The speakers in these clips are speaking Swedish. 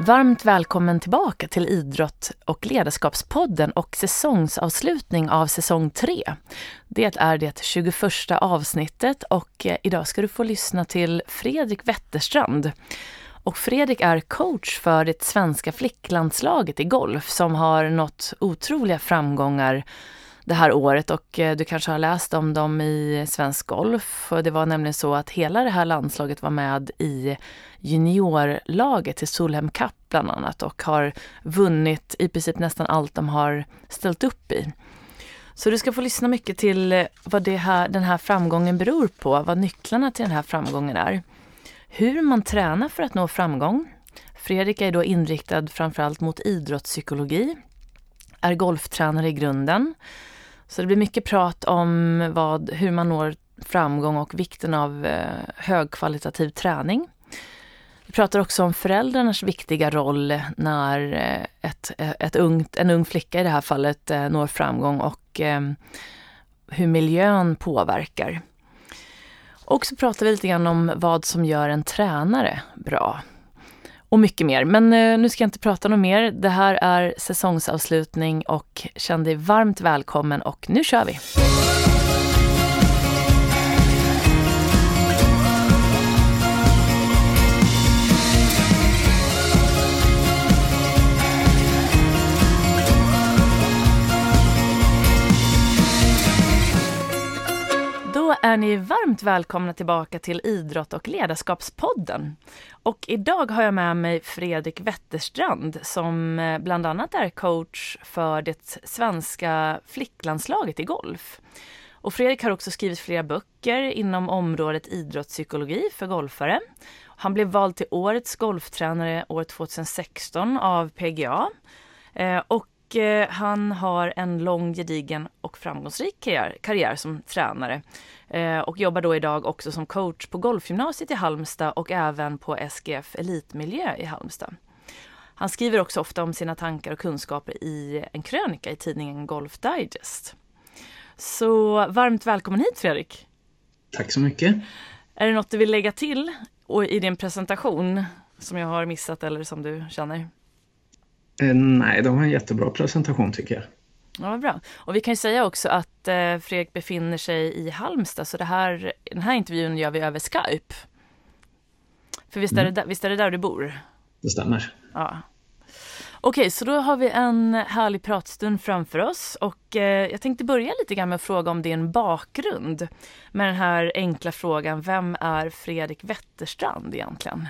Varmt välkommen tillbaka till Idrott- och ledarskapspodden och säsongsavslutning av säsong 3. Det är det 21:a avsnittet och idag ska du få lyssna till Fredrik Wetterstrand. Och Fredrik är coach för det svenska flicklandslaget i golf som har nått otroliga framgångar det här året, och du kanske har läst om dem i Svensk Golf. Och det var nämligen så att hela det här landslaget var med i juniorlaget till Solheim Cup bland annat och har vunnit i princip nästan allt de har ställt upp i. Så du ska få lyssna mycket till vad den här framgången beror på, vad nycklarna till den här framgången är. Hur man tränar för att nå framgång. Fredrik är då inriktad framförallt mot idrottspsykologi, är golftränare i grunden. Så det blir mycket prat om hur man når framgång och vikten av högkvalitativ träning. Vi pratar också om föräldrarnas viktiga roll när en ung flicka i det här fallet når framgång och hur miljön påverkar. Och så pratar vi lite grann om vad som gör en tränare bra. Och mycket mer. Men nu ska jag inte prata något mer. Det här är säsongsavslutning och känn dig varmt välkommen och nu kör vi! Då är ni varmt välkomna tillbaka till Idrott- och ledarskapspodden. Och idag har jag med mig Fredrik Wetterstrand som bland annat är coach för det svenska flicklandslaget i golf. Och Fredrik har också skrivit flera böcker inom området idrottspsykologi för golfare. Han blev vald till årets golftränare år 2016 av PGA. Och han har en lång, gedigen och framgångsrik karriär som tränare och jobbar då idag också som coach på golfgymnasiet i Halmstad och även på SGF Elitmiljö i Halmstad. Han skriver också ofta om sina tankar och kunskaper i en krönika i tidningen Golf Digest. Så varmt välkommen hit, Fredrik. Tack så mycket. Är det något du vill lägga till i din presentation som jag har missat eller som du känner? Nej, det var en jättebra presentation tycker jag. Ja, vad bra. Och vi kan ju säga också att Fredrik befinner sig i Halmstad, så den här intervjun gör vi över Skype. För visst är det där du bor? Det stämmer. Ja. Okej, så då har vi en härlig pratstund framför oss och jag tänkte börja lite grann med att fråga om din bakgrund. Med den här enkla frågan, vem är Fredrik Wetterstrand egentligen?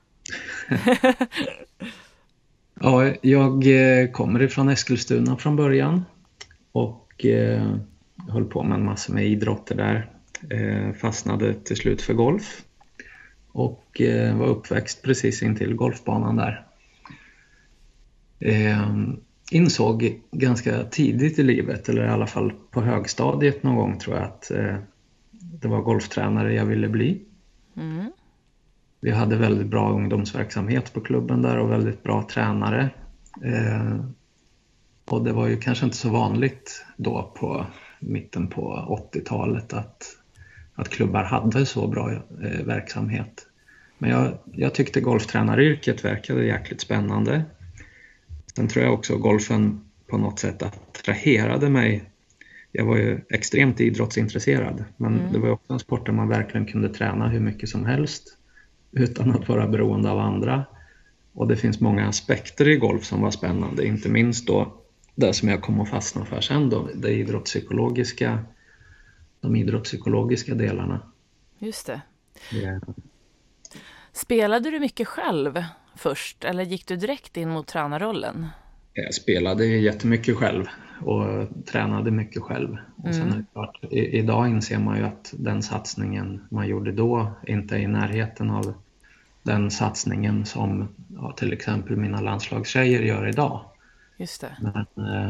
Ja, jag kommer ifrån Eskilstuna från början och höll på med en massa med idrotter där. Fastnade till slut för golf och var uppväxt precis intill golfbanan där. Insåg ganska tidigt i livet, eller i alla fall på högstadiet någon gång tror jag, att det var golftränare jag ville bli. Mm. Vi hade väldigt bra ungdomsverksamhet på klubben där och väldigt bra tränare. Och det var ju kanske inte så vanligt då på mitten på 80-talet att klubbar hade så bra verksamhet. Men jag tyckte golftränaryrket verkade jäkligt spännande. Sen tror jag också golfen på något sätt attraherade mig. Jag var ju extremt idrottsintresserad, men det var också en sport där man verkligen kunde träna hur mycket som helst utan att vara beroende av andra. Och det finns många aspekter i golf som var spännande. Inte minst då det som jag kom att fastna för sen då, de idrottspsykologiska delarna. Just det. Yeah. Spelade du mycket själv först eller gick du direkt in mot tränarrollen? Jag spelade jättemycket själv och tränade mycket själv. Och sen är det klart, idag inser man ju att den satsningen man gjorde då inte är i närheten av den satsningen som till exempel mina landslagstjejer gör idag. Just det. Men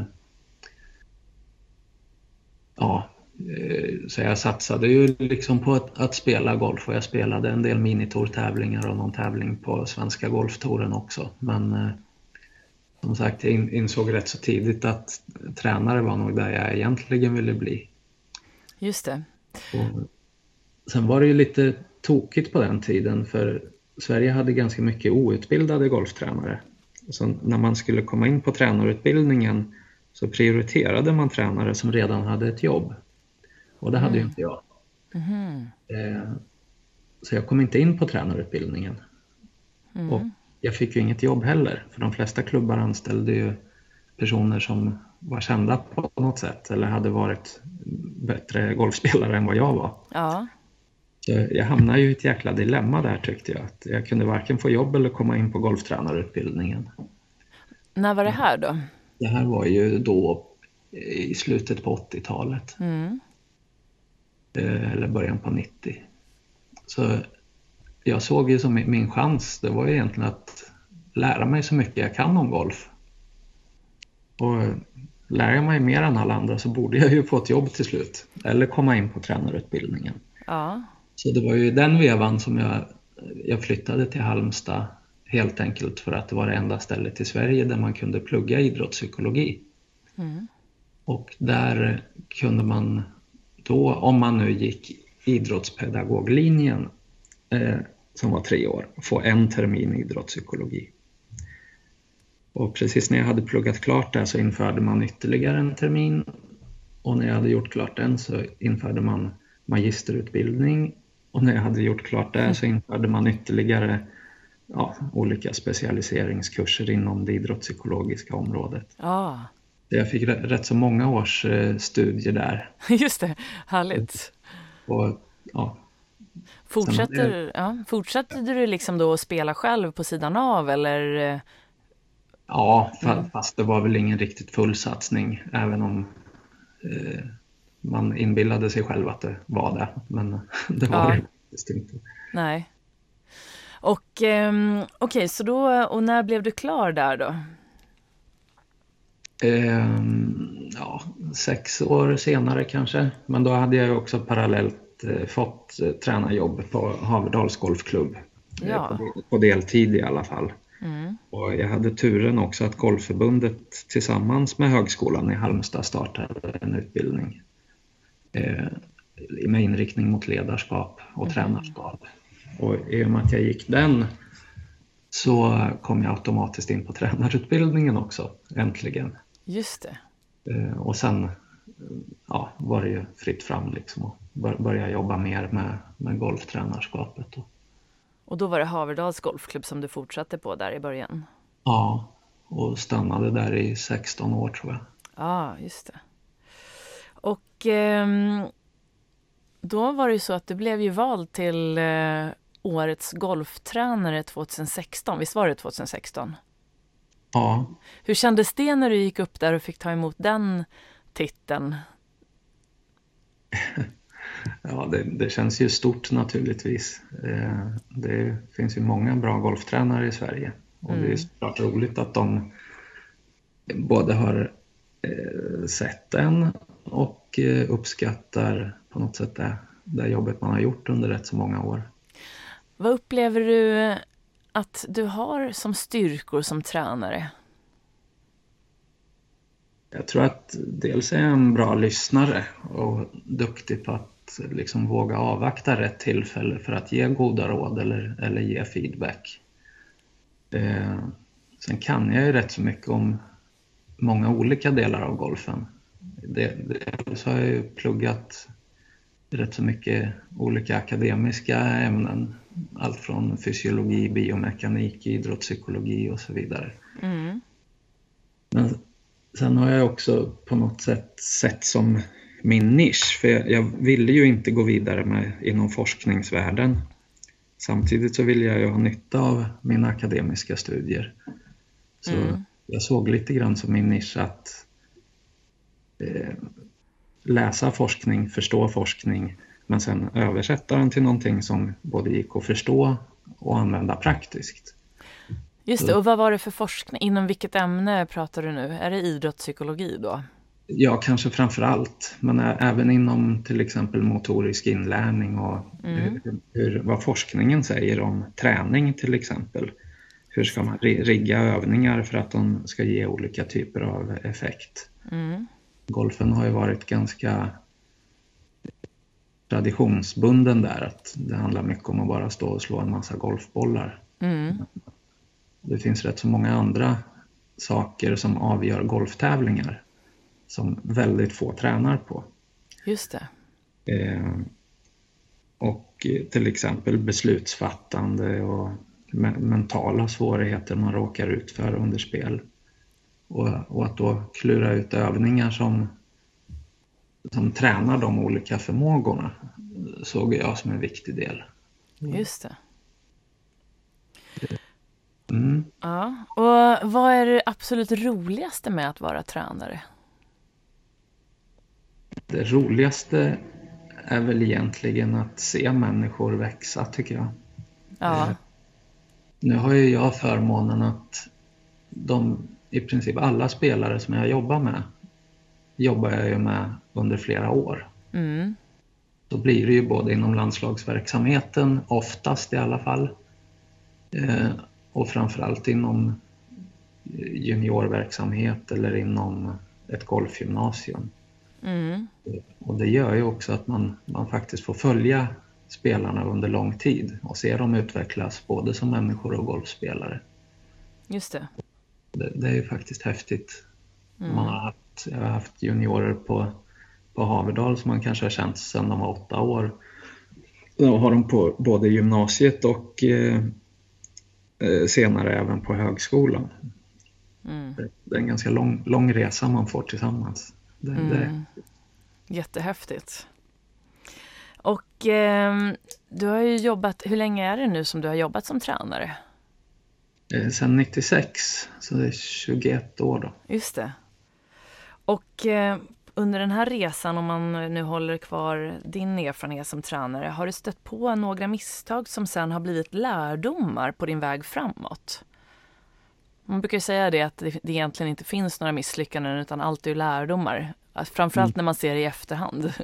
så jag satsade ju liksom på att spela golf, och jag spelade en del minitortävlingar och någon tävling på Svenska Golftouren också. Men som sagt, jag insåg rätt så tidigt att tränare var nog där jag egentligen ville bli. Just det. Och sen var det ju lite tokigt på den tiden, för Sverige hade ganska mycket outbildade golftränare. Så när man skulle komma in på tränarutbildningen så prioriterade man tränare som redan hade ett jobb. Och det hade ju inte jag. Så jag kom inte in på tränarutbildningen. Och jag fick ju inget jobb heller. För de flesta klubbar anställde ju personer som var kända på något sätt. Eller hade varit bättre golfspelare än vad jag var. Ja. Så jag hamnade ju i ett jäkla dilemma där, tyckte jag. Att jag kunde varken få jobb eller komma in på golftränarutbildningen. När var det här då? Det här var ju då i slutet på 80-talet. Eller början på 90. Så jag såg ju som min chans, det var ju egentligen att lära mig så mycket jag kan om golf. Och lär jag mig mer än alla andra så borde jag ju få ett jobb till slut. Eller komma in på tränarutbildningen. Ja. Så det var ju den vevan som jag flyttade till Halmstad helt enkelt för att det var det enda stället i Sverige där man kunde plugga idrottspsykologi. Och där kunde man då, om man nu gick idrottspedagoglinjen som var 3 år, få 1 termin idrottspsykologi. Och precis när jag hade pluggat klart där så införde man ytterligare 1 termin. Och när jag hade gjort klart den så införde man magisterutbildning. Och när jag hade gjort klart det så införde man ytterligare olika specialiseringskurser inom det idrottspsykologiska området. Ja. Jag fick rätt så många års studier där. Just det, härligt. Och, ja. Fortsätter du liksom då att spela själv på sidan av eller? Ja, fast det var väl ingen riktigt full satsning, även om man inbillade sig själv att det var det. Men det var det faktiskt inte. Nej. Och okej, så då, och när blev du klar där då? 6 år senare kanske. Men då hade jag ju också parallellt fått tränarjobb på Haverdals golfklubb. På deltid i alla fall. Och jag hade turen också att Golfförbundet tillsammans med högskolan i Halmstad startade en utbildning med inriktning mot ledarskap och tränarskap. Och i och med att jag gick den så kom jag automatiskt in på tränarutbildningen också, äntligen. Just det. Och sen var det ju fritt fram liksom och börja jobba mer med golftränarskapet. Och då var det Haverdals golfklubb som du fortsatte på där i början? Ja, och stannade där i 16 år tror jag. Ja, just det. Och då var det ju så att du blev ju vald till årets golftränare 2016. Visst var det 2016? Ja. Hur kändes det när du gick upp där och fick ta emot den titeln? Ja, det känns ju stort naturligtvis. Det finns ju många bra golftränare i Sverige. Och det är såklart roligt att de både har sett den och uppskattar på något sätt det jobbet man har gjort under rätt så många år. Vad upplever du att du har som styrkor som tränare? Jag tror att dels är jag en bra lyssnare och duktig på att liksom våga avvakta rätt tillfälle för att ge goda råd eller ge feedback. Sen kan jag ju rätt så mycket om många olika delar av golfen. Så har jag ju pluggat rätt så mycket olika akademiska ämnen. Allt från fysiologi, biomekanik, idrottspsykologi och så vidare. Men sen har jag också på något sätt sett som min nisch. För jag ville ju inte gå vidare inom forskningsvärlden. Samtidigt så ville jag ju ha nytta av mina akademiska studier. Så jag såg lite grann som min nisch att läsa forskning, förstå forskning, men sen översätta den till någonting som både gick att förstå och använda praktiskt. Just det, och vad var det för forskning? Inom vilket ämne pratar du nu? Är det idrottspsykologi då? Ja, kanske framför allt. Men även inom till exempel motorisk inlärning och vad forskningen säger om träning till exempel. Hur ska man rigga övningar för att de ska ge olika typer av effekt? Golfen har ju varit ganska traditionsbunden där. Att det handlar mycket om att bara stå och slå en massa golfbollar. det finns rätt så många andra saker som avgör golftävlingar som väldigt få tränar på. Just det. Och till exempel beslutsfattande och mentala svårigheter man råkar ut för under spel. Och att då klura ut övningar som tränar de olika förmågorna såg jag som en viktig del. Just det. Mm. Ja. Och vad är det absolut roligaste med att vara tränare? Det roligaste är väl egentligen att se människor växa, tycker jag. Ja. Nu har ju jag förmånen att i princip alla spelare som jag jobbar jag ju med under flera år. Mm. Då blir det ju både inom landslagsverksamheten, oftast i alla fall, och framförallt inom juniorverksamhet eller inom ett golfgymnasium. Mm. Och det gör ju också att man faktiskt får följa spelarna under lång tid och se dem utvecklas både som människor och golfspelare. Just det. Det är ju faktiskt häftigt. Mm. Jag har haft juniorer på Haverdal som man kanske har känt sedan de var 8 år. Då har de på både gymnasiet och senare även på högskolan. Mm. Det är en ganska lång resa man får tillsammans. Jättehäftigt. Och du har ju jobbat, hur länge är det nu som du har jobbat som tränare? Sen 96, så det är 21 år då. Just det. Och under den här resan, om man nu håller kvar din erfarenhet som tränare, har du stött på några misstag som sen har blivit lärdomar på din väg framåt? Man brukar säga det att det egentligen inte finns några misslyckanden utan allt är lärdomar. Framförallt när man ser det i efterhand.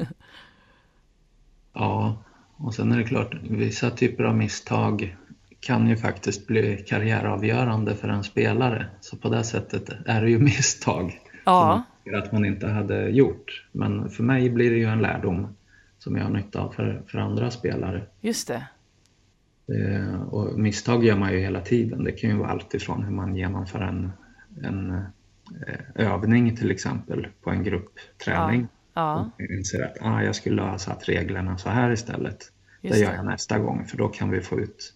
Ja, och sen är det klart, vissa typer av misstag kan ju faktiskt bli karriäravgörande för en spelare. Så på det sättet är det ju misstag som att man inte hade gjort. Men för mig blir det ju en lärdom som jag har nytta av för andra spelare. Just det. Och misstag gör man ju hela tiden. Det kan ju vara allt ifrån hur man genomför en övning till exempel på en gruppträning. Ja. Och inser att jag skulle ha satt reglerna så här istället. Det gör jag nästa gång, för då kan vi få ut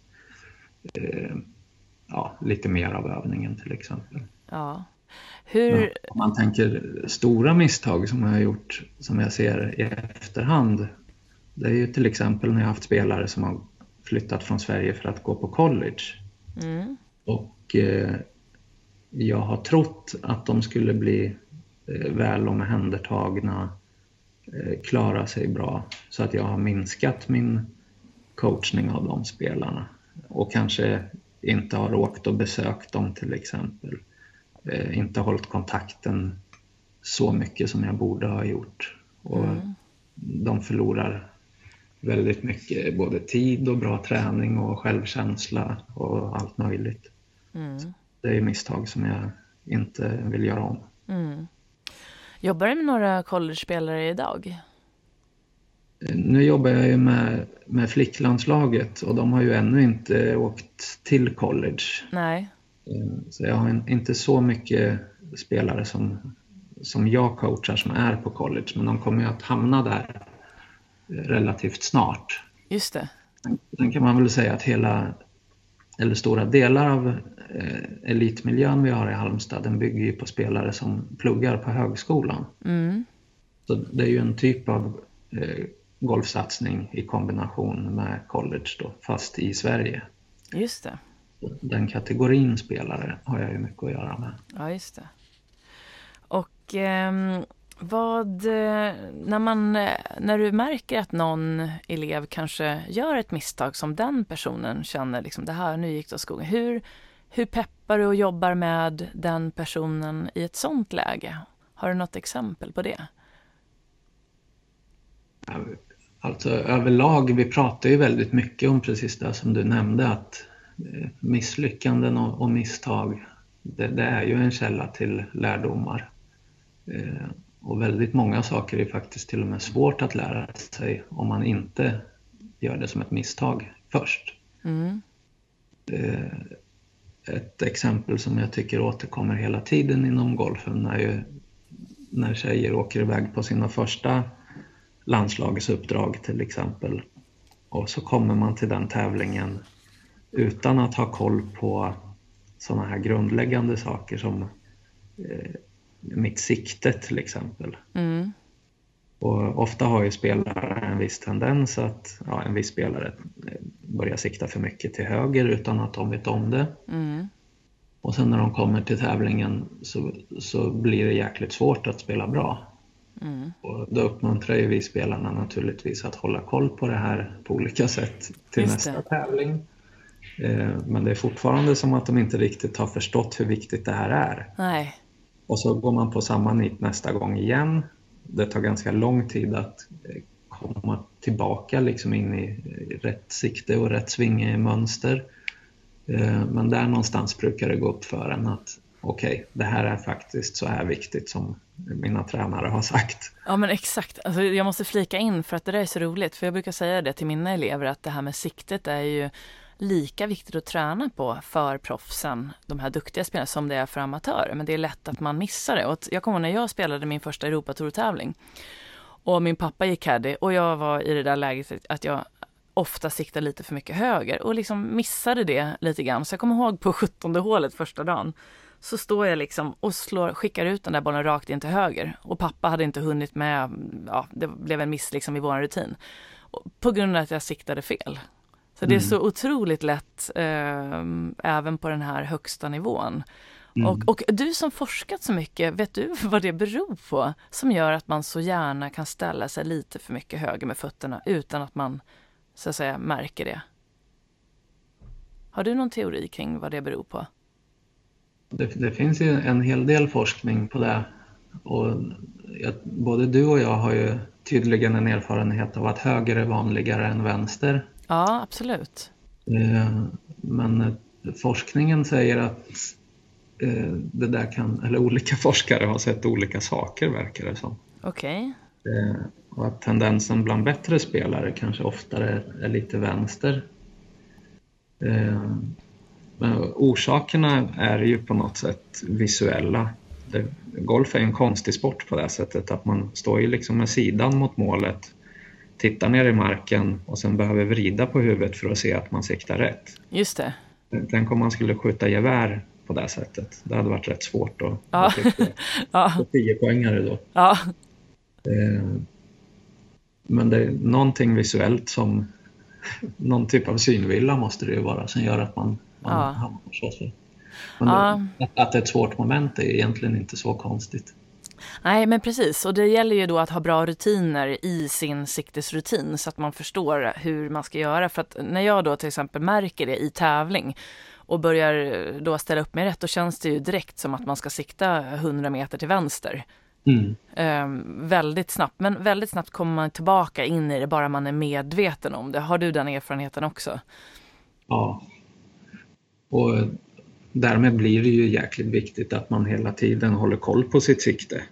lite mer av övningen till exempel. Ja. Om man tänker stora misstag som jag har gjort, som jag ser i efterhand, det är ju till exempel när jag har haft spelare som har flyttat från Sverige för att gå på college. Mm. Och jag har trott att de skulle bli väl omhändertagna, klara sig bra, så att jag har minskat min coachning av de spelarna och kanske inte har åkt och besökt dem till exempel, inte hållit kontakten så mycket som jag borde ha gjort, och de förlorar väldigt mycket både tid och bra träning och självkänsla och allt möjligt. Det är misstag som jag inte vill göra om. Jobbar du med några college-spelare idag? Nu jobbar jag ju med flicklandslaget och de har ju ännu inte åkt till college. Nej. Så jag har inte så mycket spelare som jag coachar som är på college, men de kommer ju att hamna där relativt snart. Just det. Sen kan man väl säga att stora delar av elitmiljön vi har i Halmstad, den bygger ju på spelare som pluggar på högskolan. Så det är ju en typ av golfsatsning i kombination med college då, fast i Sverige. Just det. Den kategorin spelare har jag ju mycket att göra med. Ja, just det. Och när du märker att någon elev kanske gör ett misstag som den personen känner, liksom, det här, nu gick det åt skogen. Hur peppar du och jobbar med den personen i ett sånt läge? Har du något exempel på det? Alltså överlag, vi pratar ju väldigt mycket om precis det som du nämnde, att misslyckanden och misstag, det är ju en källa till lärdomar. Och väldigt många saker är faktiskt till och med svårt att lära sig om man inte gör det som ett misstag först. ett exempel som jag tycker återkommer hela tiden inom golfen är ju när tjejer åker iväg på sina första landslagsuppdrag till exempel. Och så kommer man till den tävlingen utan att ha koll på sådana här grundläggande saker som mitt sikte till exempel. Mm. Och ofta har ju spelare en viss tendens att en viss spelare börjar sikta för mycket till höger utan att de vet om det. Mm. Och sen när de kommer till tävlingen så blir det jäkligt svårt att spela bra. Mm. Och då uppmuntrar ju vi spelarna naturligtvis att hålla koll på det här på olika sätt till nästa tävling. Men det är fortfarande som att de inte riktigt har förstått hur viktigt det här är. Nej. Och så går man på samma nit nästa gång igen. Det tar ganska lång tid att komma tillbaka liksom in i rätt sikte och rätt svingemönster. Men där någonstans brukar det gå upp för en att okej, det här är faktiskt så här viktigt som mina tränare har sagt. Ja, men exakt. Alltså, jag måste flika in för att det där är så roligt. För jag brukar säga det till mina elever att det här med siktet är ju lika viktigt att träna på för proffsen, de här duktiga spelarna, som det är för amatörer. Men det är lätt att man missar det. Och jag kommer när jag spelade min första Europatour-tävling och min pappa gick caddy och jag var i det där läget att jag ofta siktade lite för mycket höger och liksom missade det lite grann. Så jag kommer ihåg på 17:e hålet första dagen så står jag liksom och skickar ut den där bollen rakt in till höger. Och pappa hade inte hunnit med, det blev en miss liksom i vår rutin. På grund av att jag siktade fel. Så det är så otroligt lätt även på den här högsta nivån. Och du som forskat så mycket, vet du vad det beror på som gör att man så gärna kan ställa sig lite för mycket höger med fötterna utan att man så att säga märker det? Har du någon teori kring vad det beror på? Det finns ju en hel del forskning på det. Och både du och jag har ju tydligen en erfarenhet av att höger är vanligare än vänster. Ja, absolut. Men forskningen säger att det där eller olika forskare har sett olika saker, verkar det som. Okej. Och att tendensen bland bättre spelare kanske oftare är lite vänster. Men orsakerna är ju på något sätt visuella. Golf är en konstig sport på det sättet att man står ju liksom med sidan mot målet, tittar ner i marken och sen behöver vrida på huvudet för att se att man siktar rätt. Just det. Tänk om man skulle skjuta gevär på det sättet. Det hade varit rätt svårt att få 10 poängare då. Ja. Men det är någonting visuellt som någon typ av synvilla måste det ju vara som gör att man hamnar så. Men att det är ett svårt moment är egentligen inte så konstigt. Nej, men precis. Och det gäller ju då att ha bra rutiner i sin siktesrutin så att man förstår hur man ska göra. För att när jag då till exempel märker det i tävling och börjar då ställa upp mig rätt, då känns det ju direkt som att man ska sikta 100 meter till vänster. Väldigt snabbt. Men väldigt snabbt kommer man tillbaka in i det bara man är medveten om det. Har du den erfarenheten också? Ja. Och därmed blir det ju jäkligt viktigt att man hela tiden håller koll på sitt sikte.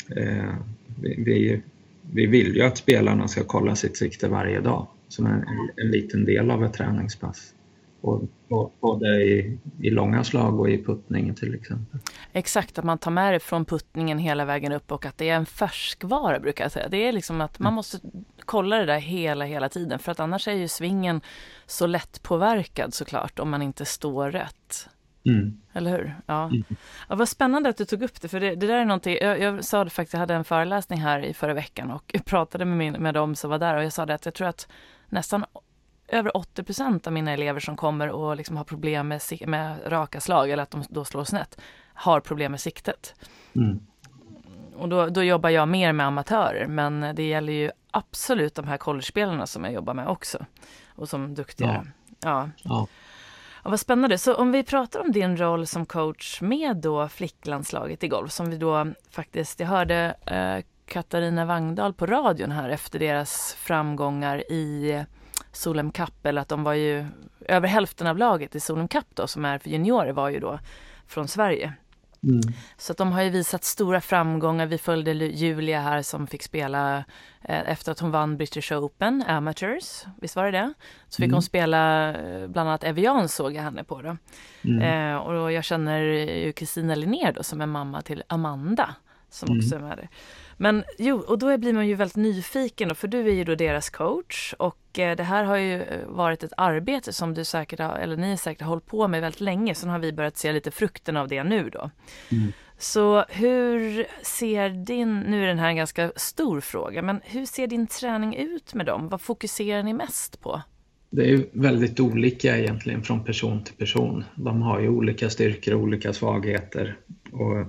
Vi vill ju att spelarna ska kolla sitt sikte varje dag som en liten del av ett träningspass. Både i långa slag och i puttning till exempel. Exakt, att man tar med det från puttningen hela vägen upp och att det är en färskvara brukar jag säga. Det är liksom att man måste kolla det där hela tiden för att annars är ju svingen så lätt påverkad såklart om man inte står rätt. Eller hur? Ja. Ja, vad spännande att du tog upp det, för det där är någonting, jag sa det faktiskt, jag hade en föreläsning här i förra veckan och pratade med dem som var där och jag sa det att jag tror att nästan över 80% av mina elever som kommer och liksom har problem med raka slag eller att de då slår snett har problem med siktet. Och då jobbar jag mer med amatörer, men det gäller ju absolut de här collegespelarna som jag jobbar med också och som duktiga. Ja. Ja, vad spännande. Så om vi pratar om din roll som coach med då flicklandslaget i golf som vi då faktiskt, jag hörde Katarina Wangdahl på radion här efter deras framgångar i Solheim Cup, eller att de var ju över hälften av laget i Solheim Cup då, som är för juniorer, var ju då från Sverige. Mm. Så att de har ju visat stora framgångar. Vi följde Julia här som fick spela efter att hon vann British Open Amateurs. Visst var det? Så fick hon spela bland annat Evian, såg jag henne på då. Och jag känner ju Kristina Linnér då som är mamma till Amanda som också är med där. Men jo, och då blir man ju väldigt nyfiken då, för du är ju då deras coach och det här har ju varit ett arbete som du säkert har, eller ni säkert har hållit på med väldigt länge, så nu har vi börjat se lite frukten av det nu då. Så hur ser nu är den här en ganska stor fråga, men hur ser din träning ut med dem? Vad fokuserar ni mest på? Det är ju väldigt olika egentligen från person till person. De har ju olika styrkor och olika svagheter och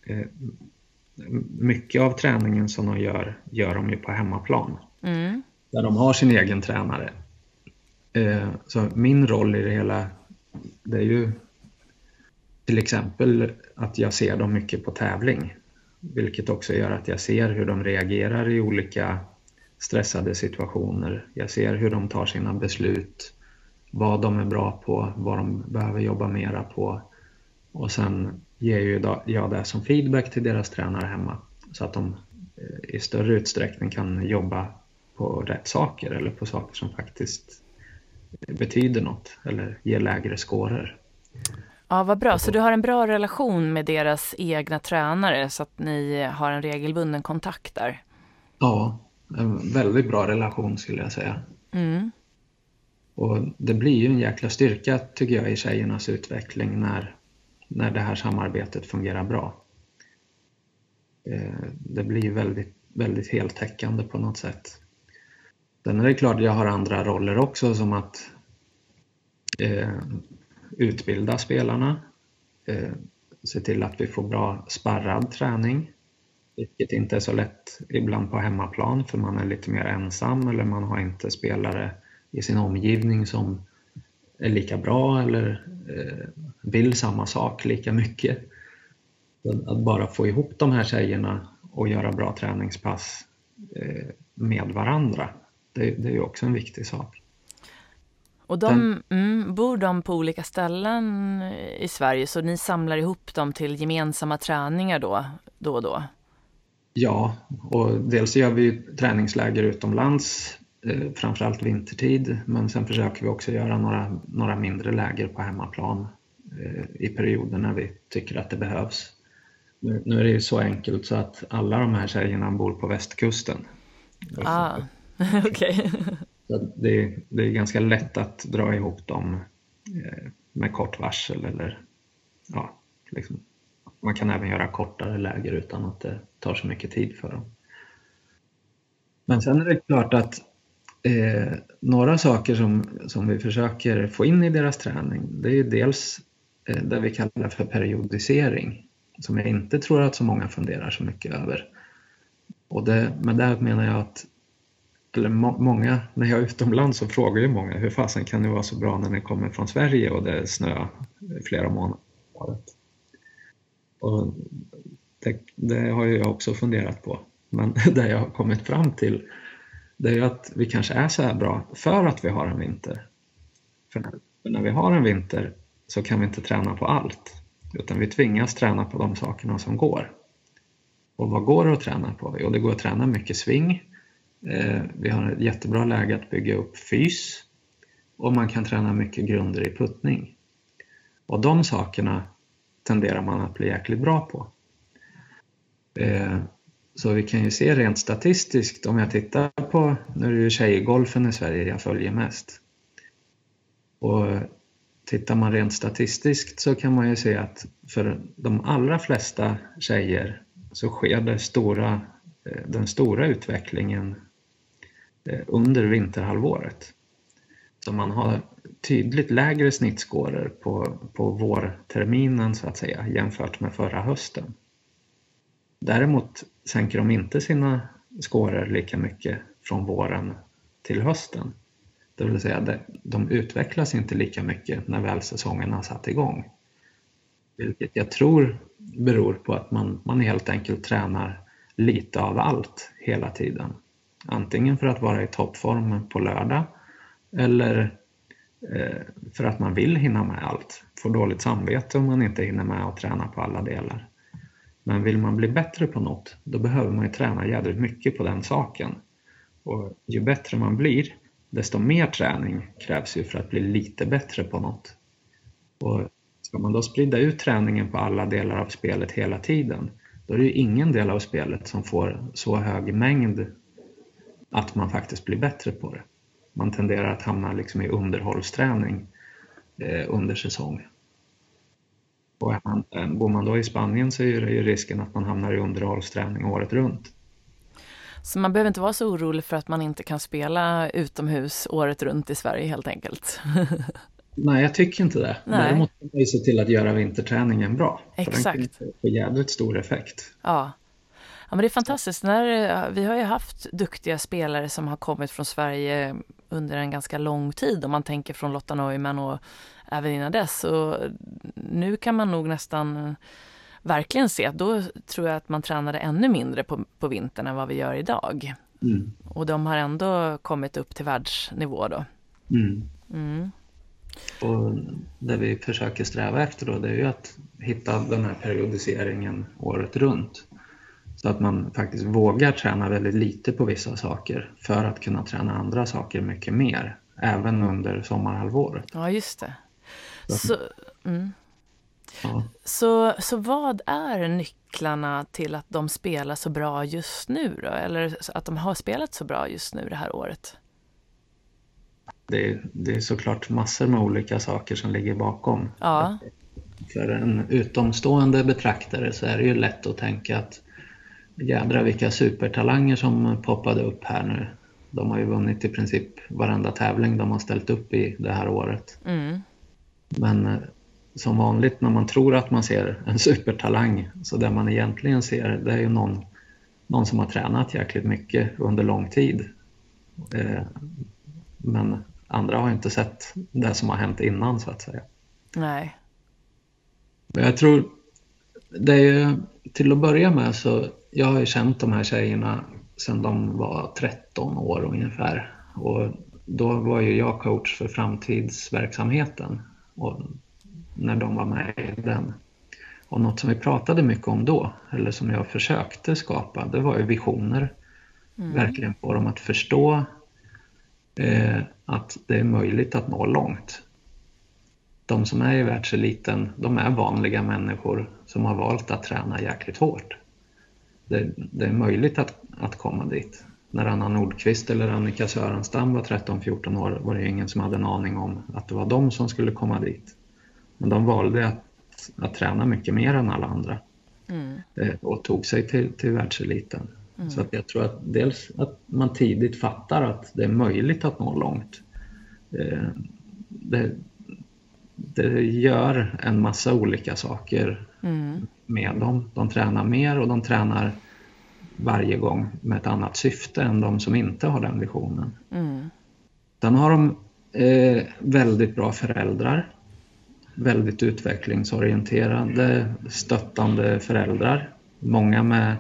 mycket av träningen som de gör de ju på hemmaplan. Där de har sin egen tränare. Så min roll i det hela, det är ju till exempel att jag ser dem mycket på tävling. Vilket också gör att jag ser hur de reagerar i olika stressade situationer. Jag ser hur de tar sina beslut, vad de är bra på, vad de behöver jobba mera på. Och sen ger ju jag det som feedback till deras tränare hemma. Så att de i större utsträckning kan jobba på rätt saker eller på saker som faktiskt betyder något eller ger lägre scorer. Ja, vad bra. Så du har en bra relation med deras egna tränare så att ni har en regelbunden kontakt där? Ja, en väldigt bra relation skulle jag säga. Och det blir ju en jäkla styrka tycker jag i tjejernas utveckling när det här samarbetet fungerar bra. Det blir väldigt, väldigt heltäckande på något sätt. Sen är det klart att jag har andra roller också, som att utbilda spelarna, se till att vi får bra sparrad träning, vilket inte är så lätt ibland på hemmaplan för man är lite mer ensam eller man har inte spelare i sin omgivning som är lika bra eller vill samma sak lika mycket. Att bara få ihop de här tjejerna och göra bra träningspass med varandra, det är ju också en viktig sak. Och bor de på olika ställen i Sverige, så ni samlar ihop dem till gemensamma träningar då och då? Ja, och dels gör vi träningsläger utomlands, framförallt vintertid, men sen försöker vi också göra några mindre läger på hemmaplan i perioder när vi tycker att det behövs. Nu är det ju så enkelt så att alla de här tjejerna bor på västkusten. Okej. Det är ganska lätt att dra ihop dem med kort varsel eller liksom. Man kan även göra kortare läger utan att det tar så mycket tid för dem. Men sen är det klart att några saker som vi försöker få in i deras träning, det är ju dels det vi kallar för periodisering, som jag inte tror att så många funderar så mycket över. Och med det menar jag att många, när jag är utomlands så frågar ju många, hur fasen kan det vara så bra när ni kommer från Sverige och det är snö flera månader? Och det har ju jag också funderat på. Men det jag har kommit fram till, det är ju att vi kanske är så här bra för att vi har en vinter. För när vi har en vinter så kan vi inte träna på allt, utan vi tvingas träna på de sakerna som går. Och vad går det att träna på? Jo, det går att träna mycket sving. Vi har ett jättebra läge att bygga upp fys. Och man kan träna mycket grunder i puttning. Och de sakerna tenderar man att bli jäkligt bra på. Så vi kan ju se rent statistiskt, om jag tittar på, nu är det ju tjejgolfen i Sverige jag följer mest. Och tittar man rent statistiskt så kan man ju se att för de allra flesta tjejer så sker den stora utvecklingen under vinterhalvåret. Så man har tydligt lägre snittskårer på vårterminen så att säga jämfört med förra hösten. Däremot sänker de inte sina skårer lika mycket från våren till hösten. Det vill säga de utvecklas inte lika mycket när väl säsongen har satt igång. Vilket jag tror beror på att man helt enkelt tränar lite av allt hela tiden. Antingen för att vara i toppform på lördag eller För att man vill hinna med allt. Får dåligt samvete om man inte hinner med att träna på alla delar. Men vill man bli bättre på något, då behöver man ju träna jävligt mycket på den saken. Och ju bättre man blir, desto mer träning krävs ju för att bli lite bättre på något. Och ska man då sprida ut träningen på alla delar av spelet hela tiden, då är det ju ingen del av spelet som får så hög mängd att man faktiskt blir bättre på det. Man tenderar att hamna liksom i underhållsträning under säsong. Och bor man då i Spanien så är det ju risken att man hamnar i underhållsträning året runt. Så man behöver inte vara så orolig för att man inte kan spela utomhus året runt i Sverige helt enkelt? Nej, jag tycker inte det. Nej. Däremot måste man se till att göra vinterträningen bra. Exakt. För den kan få jävligt stor effekt. Ja. Ja, men det är fantastiskt. Vi har ju haft duktiga spelare som har kommit från Sverige under en ganska lång tid. Om man tänker från Lotta Neumann och även innan dess. Och nu kan man nog nästan verkligen se att då tror jag att man tränade ännu mindre på vintern än vad vi gör idag. Mm. Och de har ändå kommit upp till världsnivå då. Mm. Mm. Och det vi försöker sträva efter då, det är ju att hitta den här periodiseringen året runt. Så att man faktiskt vågar träna väldigt lite på vissa saker för att kunna träna andra saker mycket mer. Även under sommarhalvåret. Ja, just det. Ja. Så vad är nycklarna till att de spelar så bra just nu då? Eller att de har spelat så bra just nu det här året? Det är såklart massor med olika saker som ligger bakom. Ja. För en utomstående betraktare så är det ju lätt att tänka att jädra vilka supertalanger som poppade upp här nu. De har ju vunnit i princip varenda tävling de har ställt upp i det här året. Mm. Men som vanligt när man tror att man ser en supertalang, så det man egentligen ser, det är ju någon som har tränat jäkligt mycket under lång tid. Men andra har inte sett det som har hänt innan så att säga. Nej. Men jag tror det är ju, till att börja med så jag har ju känt de här tjejerna sedan de var 13 år ungefär. Och då var ju jag coach för framtidsverksamheten och när de var med i den. Och något som vi pratade mycket om då, eller som jag försökte skapa, det var ju visioner. Verkligen få dem att förstå att det är möjligt att nå långt. De som är i världseliten, de är vanliga människor som har valt att träna jäkligt hårt. Det är möjligt att komma dit. När Anna Nordqvist eller Annika Sörenstam var 13-14 år var det ingen som hade en aning om att det var de som skulle komma dit. Men de valde att träna mycket mer än alla andra. Och tog sig till världseliten. Så att jag tror att dels att man tidigt fattar att det är möjligt att nå långt. Det gör en massa olika saker med dem. De tränar mer och de tränar varje gång med ett annat syfte än de som inte har den visionen. Sen har de väldigt bra föräldrar. Väldigt utvecklingsorienterade, stöttande föräldrar. Många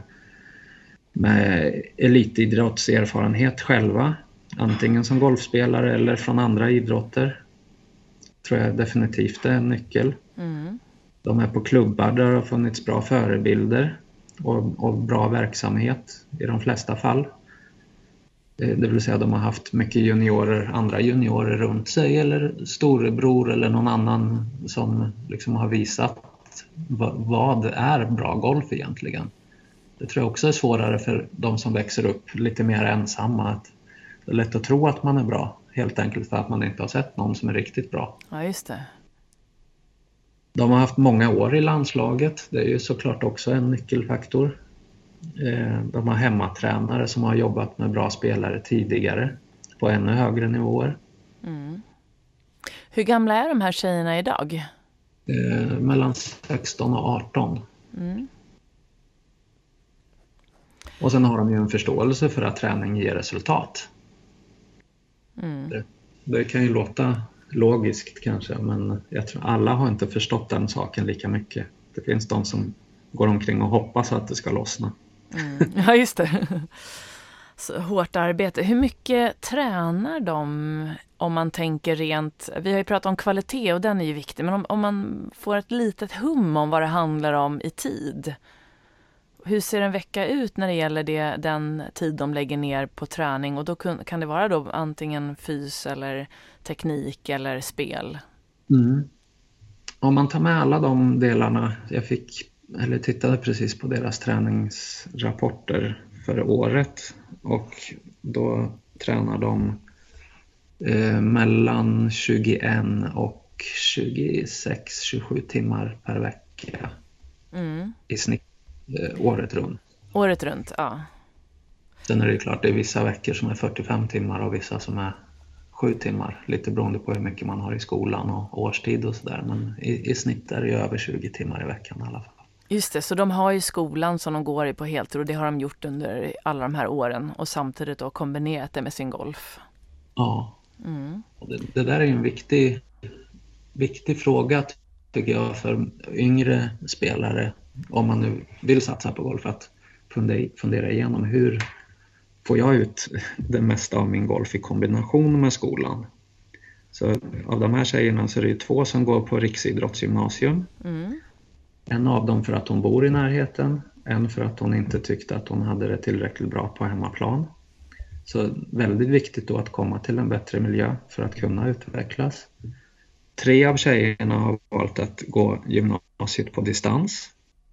med elitidrottserfarenhet själva. Antingen som golfspelare eller från andra idrotter. Tror jag definitivt är en nyckel. De är på klubbar där det har funnits bra förebilder och bra verksamhet i de flesta fall. Det vill säga de har haft mycket andra juniorer runt sig eller storebror eller någon annan som liksom har visat vad är bra golf egentligen. Det tror jag också är svårare för de som växer upp lite mer ensamma. Att det är lätt att tro att man är bra, helt enkelt för att man inte har sett någon som är riktigt bra. Ja, just det. De har haft många år i landslaget, det är ju såklart också en nyckelfaktor. De har hemmatränare som har jobbat med bra spelare tidigare på ännu högre nivåer. Hur gamla är de här tjejerna idag? Mellan 16 och 18. Och sen har de ju en förståelse för att träning ger resultat. Det kan ju låta logiskt kanske, men jag tror alla har inte förstått den saken lika mycket. Det finns de som går omkring och hoppas att det ska lossna. Ja, just det. Så hårt arbete. Hur mycket tränar de om man tänker rent... Vi har ju pratat om kvalitet och den är ju viktig. Men om man får ett litet hum om vad det handlar om i tid. Hur ser en vecka ut när det gäller den tid de lägger ner på träning? Och då kan det vara då antingen fys eller teknik eller spel? Mm. Om man tar med alla de delarna, jag tittade precis på deras träningsrapporter för året och då tränar de mellan 21 och 26-27 timmar per vecka i snitt året runt. Året runt, ja. Sen är det klart, det är vissa veckor som är 45 timmar och vissa som är 7 timmar, lite beroende på hur mycket man har i skolan och årstid och sådär. Men i snitt är det över 20 timmar i veckan i alla fall. Just det, så de har ju skolan som de går i på heltid och det har de gjort under alla de här åren och samtidigt då kombinerat det med sin golf. Ja, det där är ju en viktig fråga tycker jag för yngre spelare om man nu vill satsa på golf, att fundera igenom hur får jag ut det mesta av min golf i kombination med skolan. Så av de här tjejerna så är det ju 2 som går på riksidrottsgymnasium. En av dem för att hon bor i närheten, en för att hon inte tyckte att hon hade det tillräckligt bra på hemmaplan. Så väldigt viktigt då att komma till en bättre miljö för att kunna utvecklas. 3 av tjejerna har valt att gå gymnasiet på distans.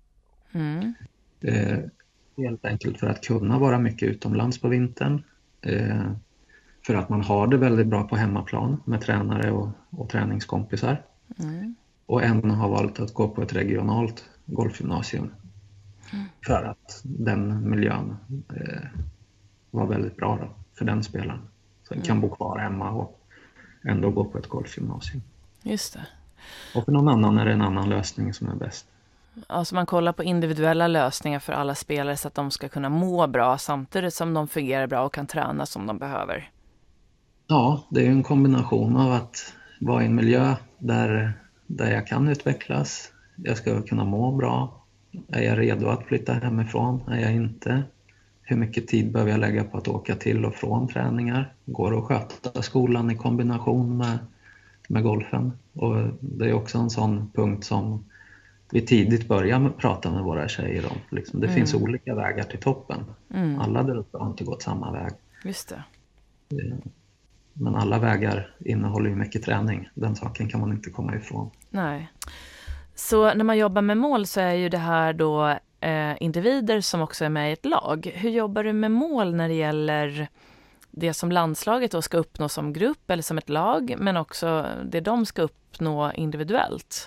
Helt enkelt för att kunna vara mycket utomlands på vintern. För att man har det väldigt bra på hemmaplan med tränare och träningskompisar. Och en har valt att gå på ett regionalt golfgymnasium. För att den miljön var väldigt bra då, för den spelaren. Så den kan bo kvar hemma och ändå gå på ett golfgymnasium. Just det. Och för någon annan är det en annan lösning som är bäst. Alltså man kollar på individuella lösningar för alla spelare så att de ska kunna må bra samtidigt som de fungerar bra och kan träna som de behöver. Ja, det är en kombination av att vara i en miljö där jag kan utvecklas. Jag ska kunna må bra. Är jag redo att flytta hemifrån? Är jag inte? Hur mycket tid behöver jag lägga på att åka till och från träningar? Går det att sköta skolan i kombination med golfen? Och det är också en sån punkt som vi tidigt börjar prata med våra tjejer om. Liksom, det finns olika vägar till toppen. Alla där uppe har inte gått samma väg. Just det. Men alla vägar innehåller ju mycket träning. Den saken kan man inte komma ifrån. Nej. Så när man jobbar med mål så är ju det här då individer som också är med i ett lag. Hur jobbar du med mål när det gäller det som landslaget då ska uppnå som grupp eller som ett lag, men också det de ska uppnå individuellt?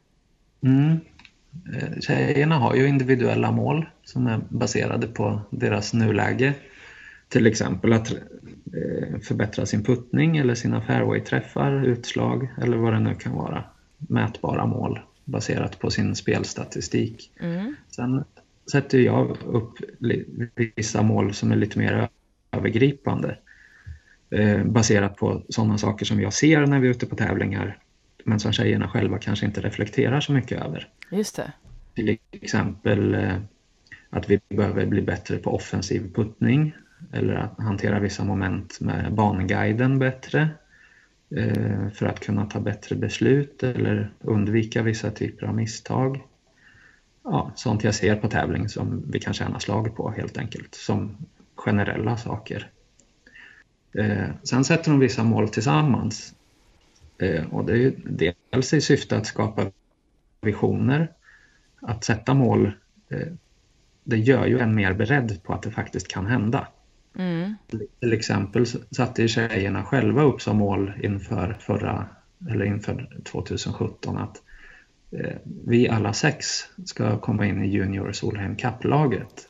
Tjejerna har ju individuella mål som är baserade på deras nuläge. Till exempel att förbättra sin puttning eller sina fairway-träffar, utslag eller vad det nu kan vara. Mätbara mål baserat på sin spelstatistik. Sen sätter jag upp vissa mål som är lite mer övergripande. Baserat på sådana saker som jag ser när vi är ute på tävlingar. Men som tjejerna själva kanske inte reflekterar så mycket över. Just det. Till exempel att vi behöver bli bättre på offensiv puttning. Eller att hantera vissa moment med banguiden bättre. För att kunna ta bättre beslut eller undvika vissa typer av misstag. Ja, sånt jag ser på tävling som vi kan tjäna slag på helt enkelt. Som generella saker. Sen sätter de vissa mål tillsammans. Och det är ju dels i syfte att skapa visioner. Att sätta mål, det gör ju en mer beredd på att det faktiskt kan hända. Till exempel satte tjejerna själva upp som mål inför 2017 att vi alla 6 ska komma in i Junior Solheim Cup-laget.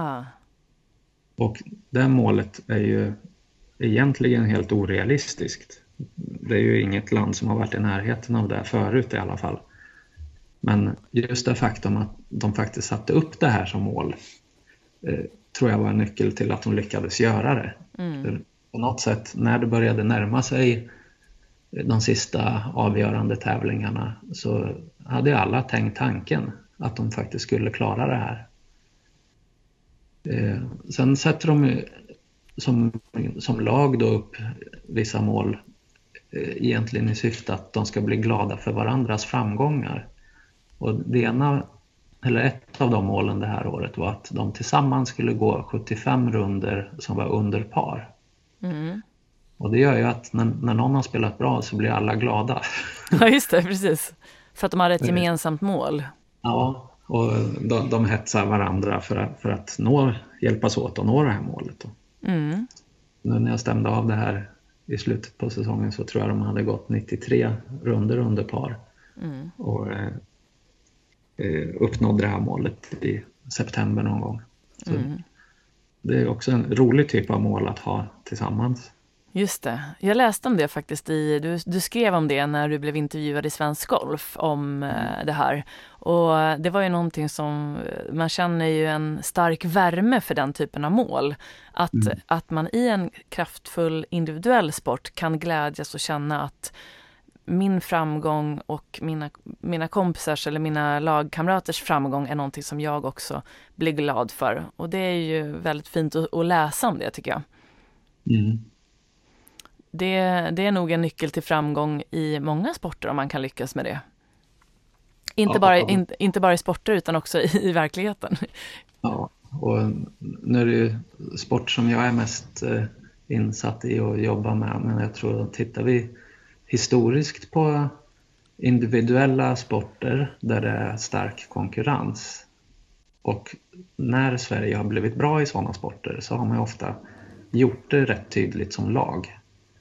Och det målet är ju egentligen helt orealistiskt. Det är ju inget land som har varit i närheten av det förut i alla fall. Men just det faktum att de faktiskt satte upp det här som mål tror jag var en nyckel till att de lyckades göra det. För på något sätt, när det började närma sig de sista avgörande tävlingarna så hade alla tänkt tanken att de faktiskt skulle klara det här. Sen sätter de som lag då upp vissa mål egentligen i syfte att de ska bli glada för varandras framgångar. Och det ena, eller ett av de målen det här året var att de tillsammans skulle gå 75 runder som var under par. Mm. Och det gör ju att när någon har spelat bra så blir alla glada. Ja, just det, precis. För att de har ett gemensamt mål. Ja, och de hetsar varandra för att hjälpas åt att nå det här målet. Mm. Nu när jag stämde av det här i slutet på säsongen så tror jag de hade gått 93 runder under par. Mm. Och uppnådde det här målet i september någon gång. Så det är också en rolig typ av mål att ha tillsammans. Just det. Jag läste om det faktiskt. Du skrev om det när du blev intervjuad i Svensk Golf om det här. Och det var ju någonting som man känner ju en stark värme för den typen av mål. Att man i en kraftfull individuell sport kan glädjas och känna att min framgång och mina kompisars eller mina lagkamraters framgång är någonting som jag också blir glad för. Och det är ju väldigt fint att läsa om det, tycker jag. Mm. Det är nog en nyckel till framgång i många sporter om man kan lyckas med det. Inte bara i sporter utan också i verkligheten. Ja, och nu är det ju sport som jag är mest insatt i och jobbar med. Men jag tror att tittar vi historiskt på individuella sporter där det är stark konkurrens. Och när Sverige har blivit bra i sådana sporter så har man ofta gjort det rätt tydligt som lag.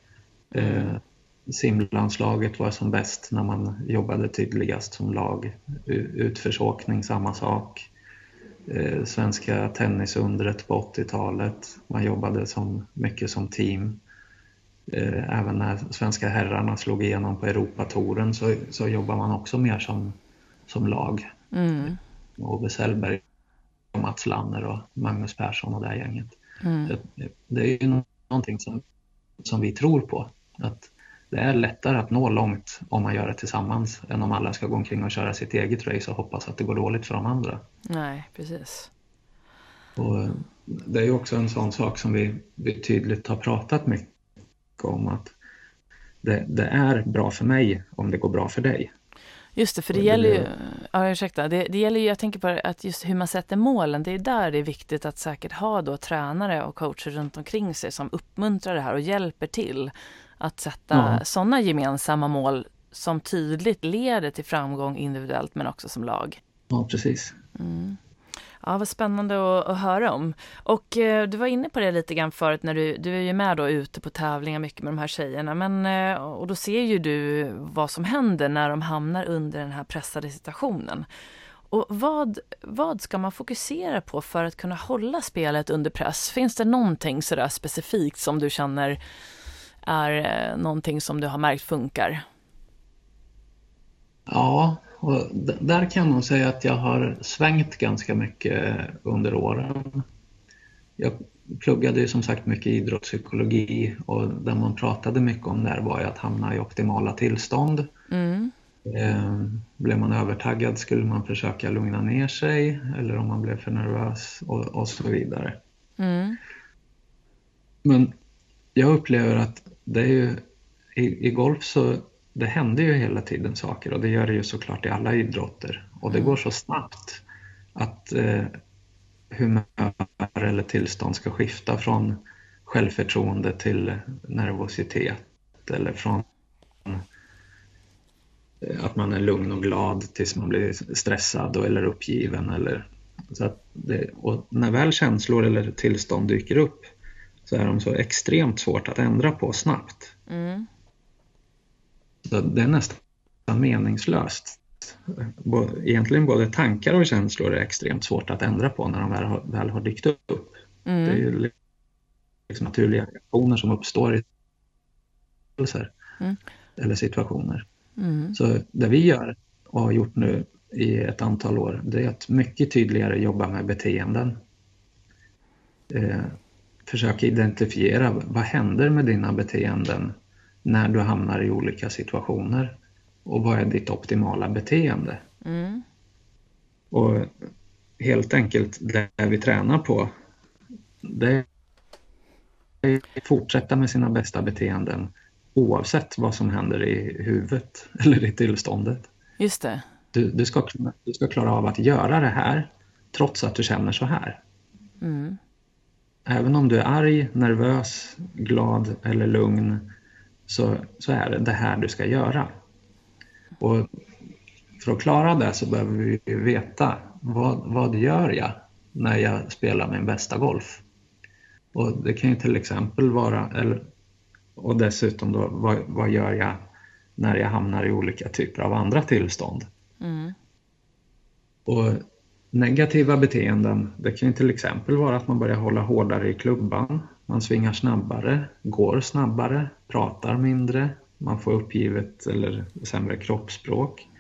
Simlandslaget var som bäst när man jobbade tydligast som lag. Utförsåkning, samma sak. Svenska tennisundret på 80-talet. Man jobbade mycket som team. Även när svenska herrarna slog igenom på Europatouren så jobbar man också mer som lag. Ove Sellberg, Mats Lanner och Magnus Persson och det här gänget. Det är ju någonting som vi tror på. Att det är lättare att nå långt om man gör det tillsammans än om alla ska gå omkring och köra sitt eget race och hoppas att det går dåligt för de andra. Nej, precis. Och det är ju också en sån sak som vi tydligt har pratat mycket om, att det är bra för mig om det går bra för dig. Just det, för det gäller ju, det gäller ju, jag tänker på att just hur man sätter målen, det är där det är viktigt att säkert ha då tränare och coacher runt omkring sig som uppmuntrar det här och hjälper till att sätta sådana gemensamma mål som tydligt leder till framgång individuellt men också som lag. Ja, precis. Ja, vad spännande att höra om. Och du var inne på det lite grann förut när du är ju med då ute på tävlingar mycket med de här tjejerna. Och då ser ju du vad som händer när de hamnar under den här pressade situationen. Och vad ska man fokusera på för att kunna hålla spelet under press? Finns det någonting sådär specifikt som du känner är någonting som du har märkt funkar? Ja, och där kan man säga att jag har svängt ganska mycket under åren. Jag pluggade ju som sagt mycket idrottspsykologi och det man pratade mycket om där var ju att hamna i optimala tillstånd. Blev man övertaggad skulle man försöka lugna ner sig, eller om man blev för nervös och så vidare. Men jag upplever att det är ju i golf så det händer ju hela tiden saker, och det gör det ju såklart i alla idrotter. Och det går så snabbt att humör eller tillstånd ska skifta från självförtroende till nervositet, eller från att man är lugn och glad tills man blir stressad eller uppgiven. Så att och när väl känslor eller tillstånd dyker upp så är de så extremt svårt att ändra på snabbt. Så det är nästan meningslöst. Egentligen både tankar och känslor är extremt svårt att ändra på när de väl har dykt upp. Det är ju liksom naturliga reaktioner som uppstår i eller situationer. Så det vi gör och har gjort nu i ett antal år, det är att mycket tydligare jobba med beteenden. Försöka identifiera vad händer med dina beteenden när du hamnar i olika situationer, och vad är ditt optimala beteende. Och helt enkelt det vi tränar på, det ju fortsätta med sina bästa beteenden oavsett vad som händer i huvudet eller i tillståndet. Just det. Du ska klara av att göra det här trots att du känner så här. Mm. Även om du är arg, nervös, glad eller lugn, så är det här du ska göra. Och för att klara det så behöver vi veta vad gör jag när jag spelar min bästa golf. Och det kan ju till exempel vara, och dessutom då, vad gör jag när jag hamnar i olika typer av andra tillstånd. Mm. Och negativa beteenden, det kan ju till exempel vara att man börjar hålla hårdare i klubban, man svingar snabbare, går snabbare, pratar mindre, man får uppgivet eller sämre kroppsspråk,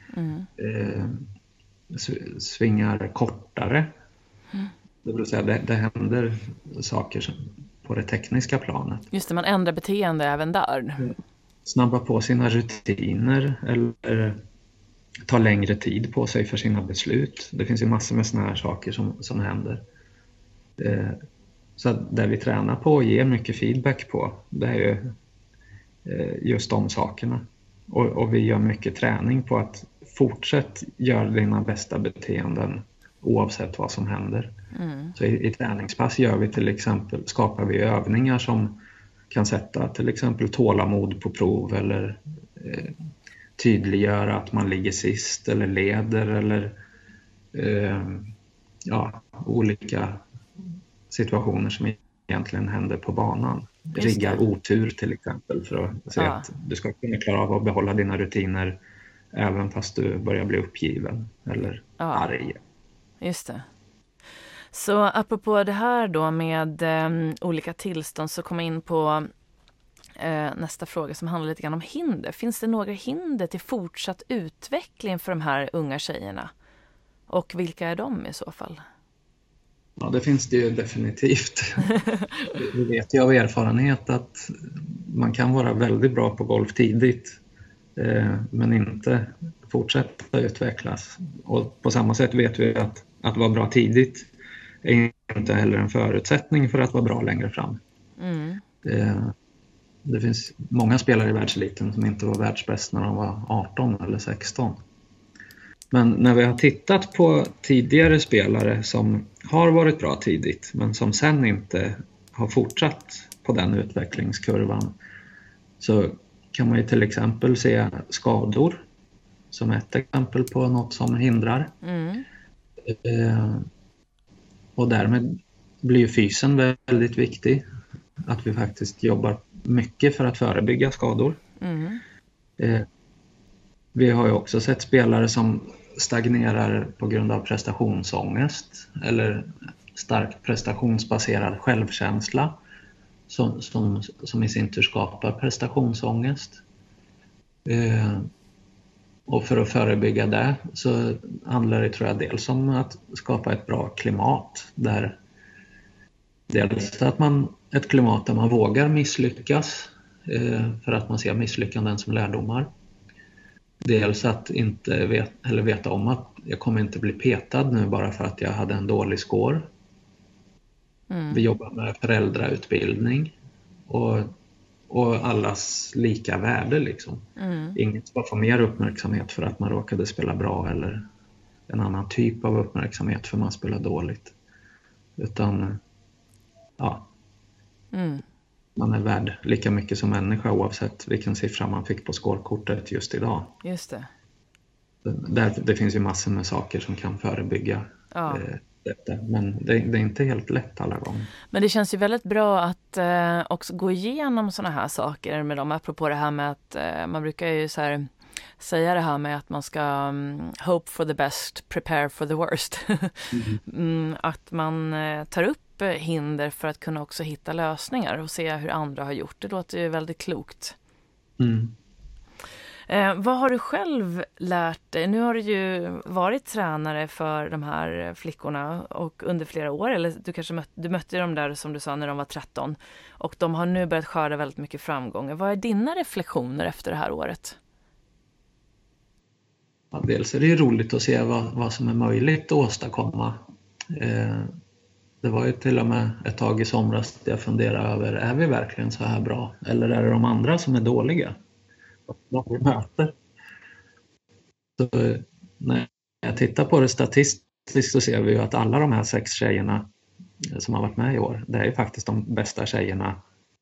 svingar kortare. Det vill säga det händer saker på det tekniska planet. Just det, man ändrar beteende även där. Snabba på sina rutiner eller ta längre tid på sig för sina beslut. Det finns ju massor med såna här saker som händer. Så det vi tränar på och ger mycket feedback på, det är ju just de sakerna. Och vi gör mycket träning på att fortsätta göra dina bästa beteenden oavsett vad som händer. Så i träningspass gör vi till exempel, skapar vi övningar som kan sätta till exempel tålamod på prov eller tydliggöra att man ligger sist eller leder eller olika situationer som egentligen händer på banan. Riggar otur till exempel för att se att du ska kunna klara av att behålla dina rutiner även fast du börjar bli uppgiven eller arg. Just det. Så apropå det här då med olika tillstånd så kommer jag in på nästa fråga som handlar lite grann om hinder. Finns det några hinder till fortsatt utveckling för de här unga tjejerna? Och vilka är de i så fall? Ja, det finns det ju definitivt. Vi vet ju av erfarenhet att man kan vara väldigt bra på golf tidigt men inte fortsätta utvecklas. Och på samma sätt vet vi att vara bra tidigt är inte heller en förutsättning för att vara bra längre fram. Det finns många spelare i världseliten som inte var världsbäst när de var 18 eller 16. Men när vi har tittat på tidigare spelare som har varit bra tidigt men som sen inte har fortsatt på den utvecklingskurvan, så kan man ju till exempel se skador som ett exempel på något som hindrar. Och därmed blir ju fysen väldigt viktig. Att vi faktiskt jobbar mycket för att förebygga skador. Vi har ju också sett spelare som stagnerar på grund av prestationsångest eller starkt prestationsbaserad självkänsla som i sin tur skapar prestationsångest. Och för att förebygga det så handlar det, tror jag, dels om att skapa ett bra klimat där dels att ett klimat där man vågar misslyckas för att man ser misslyckanden som lärdomar. Dels att inte veta om att jag kommer inte bli petad nu bara för att jag hade en dålig score. Vi jobbar med föräldrautbildning och allas lika värde liksom. Inget ska få mer uppmärksamhet för att man råkade spela bra eller en annan typ av uppmärksamhet för man spelar dåligt. Utan man är värd lika mycket som människa oavsett vilken siffra man fick på scorekortet just idag. Just det. Det finns ju massor med saker som kan förebygga detta, men det är inte helt lätt alla gånger. Men det känns ju väldigt bra att också gå igenom såna här saker med dem, apropå det här med att man brukar ju så här säga det här med att man ska hope for the best, prepare for the worst. Att man tar upp hinder för att kunna också hitta lösningar och se hur andra har gjort. Det låter ju väldigt klokt. Vad har du själv lärt dig? Nu har du ju varit tränare för de här flickorna och under flera år, eller du kanske mötte dem där som du sa när de var 13 och de har nu börjat skörda väldigt mycket framgångar. Vad är dina reflektioner efter det här året? Ja, dels är det ju roligt att se vad som är möjligt att åstadkomma. Det var ju till och med ett tag i somras jag funderade över, är vi verkligen så här bra? Eller är det de andra som är dåliga? De vi möter. Så när jag tittar på det statistiskt så ser vi ju att alla de här 6 tjejerna som har varit med i år, det är ju faktiskt de bästa tjejerna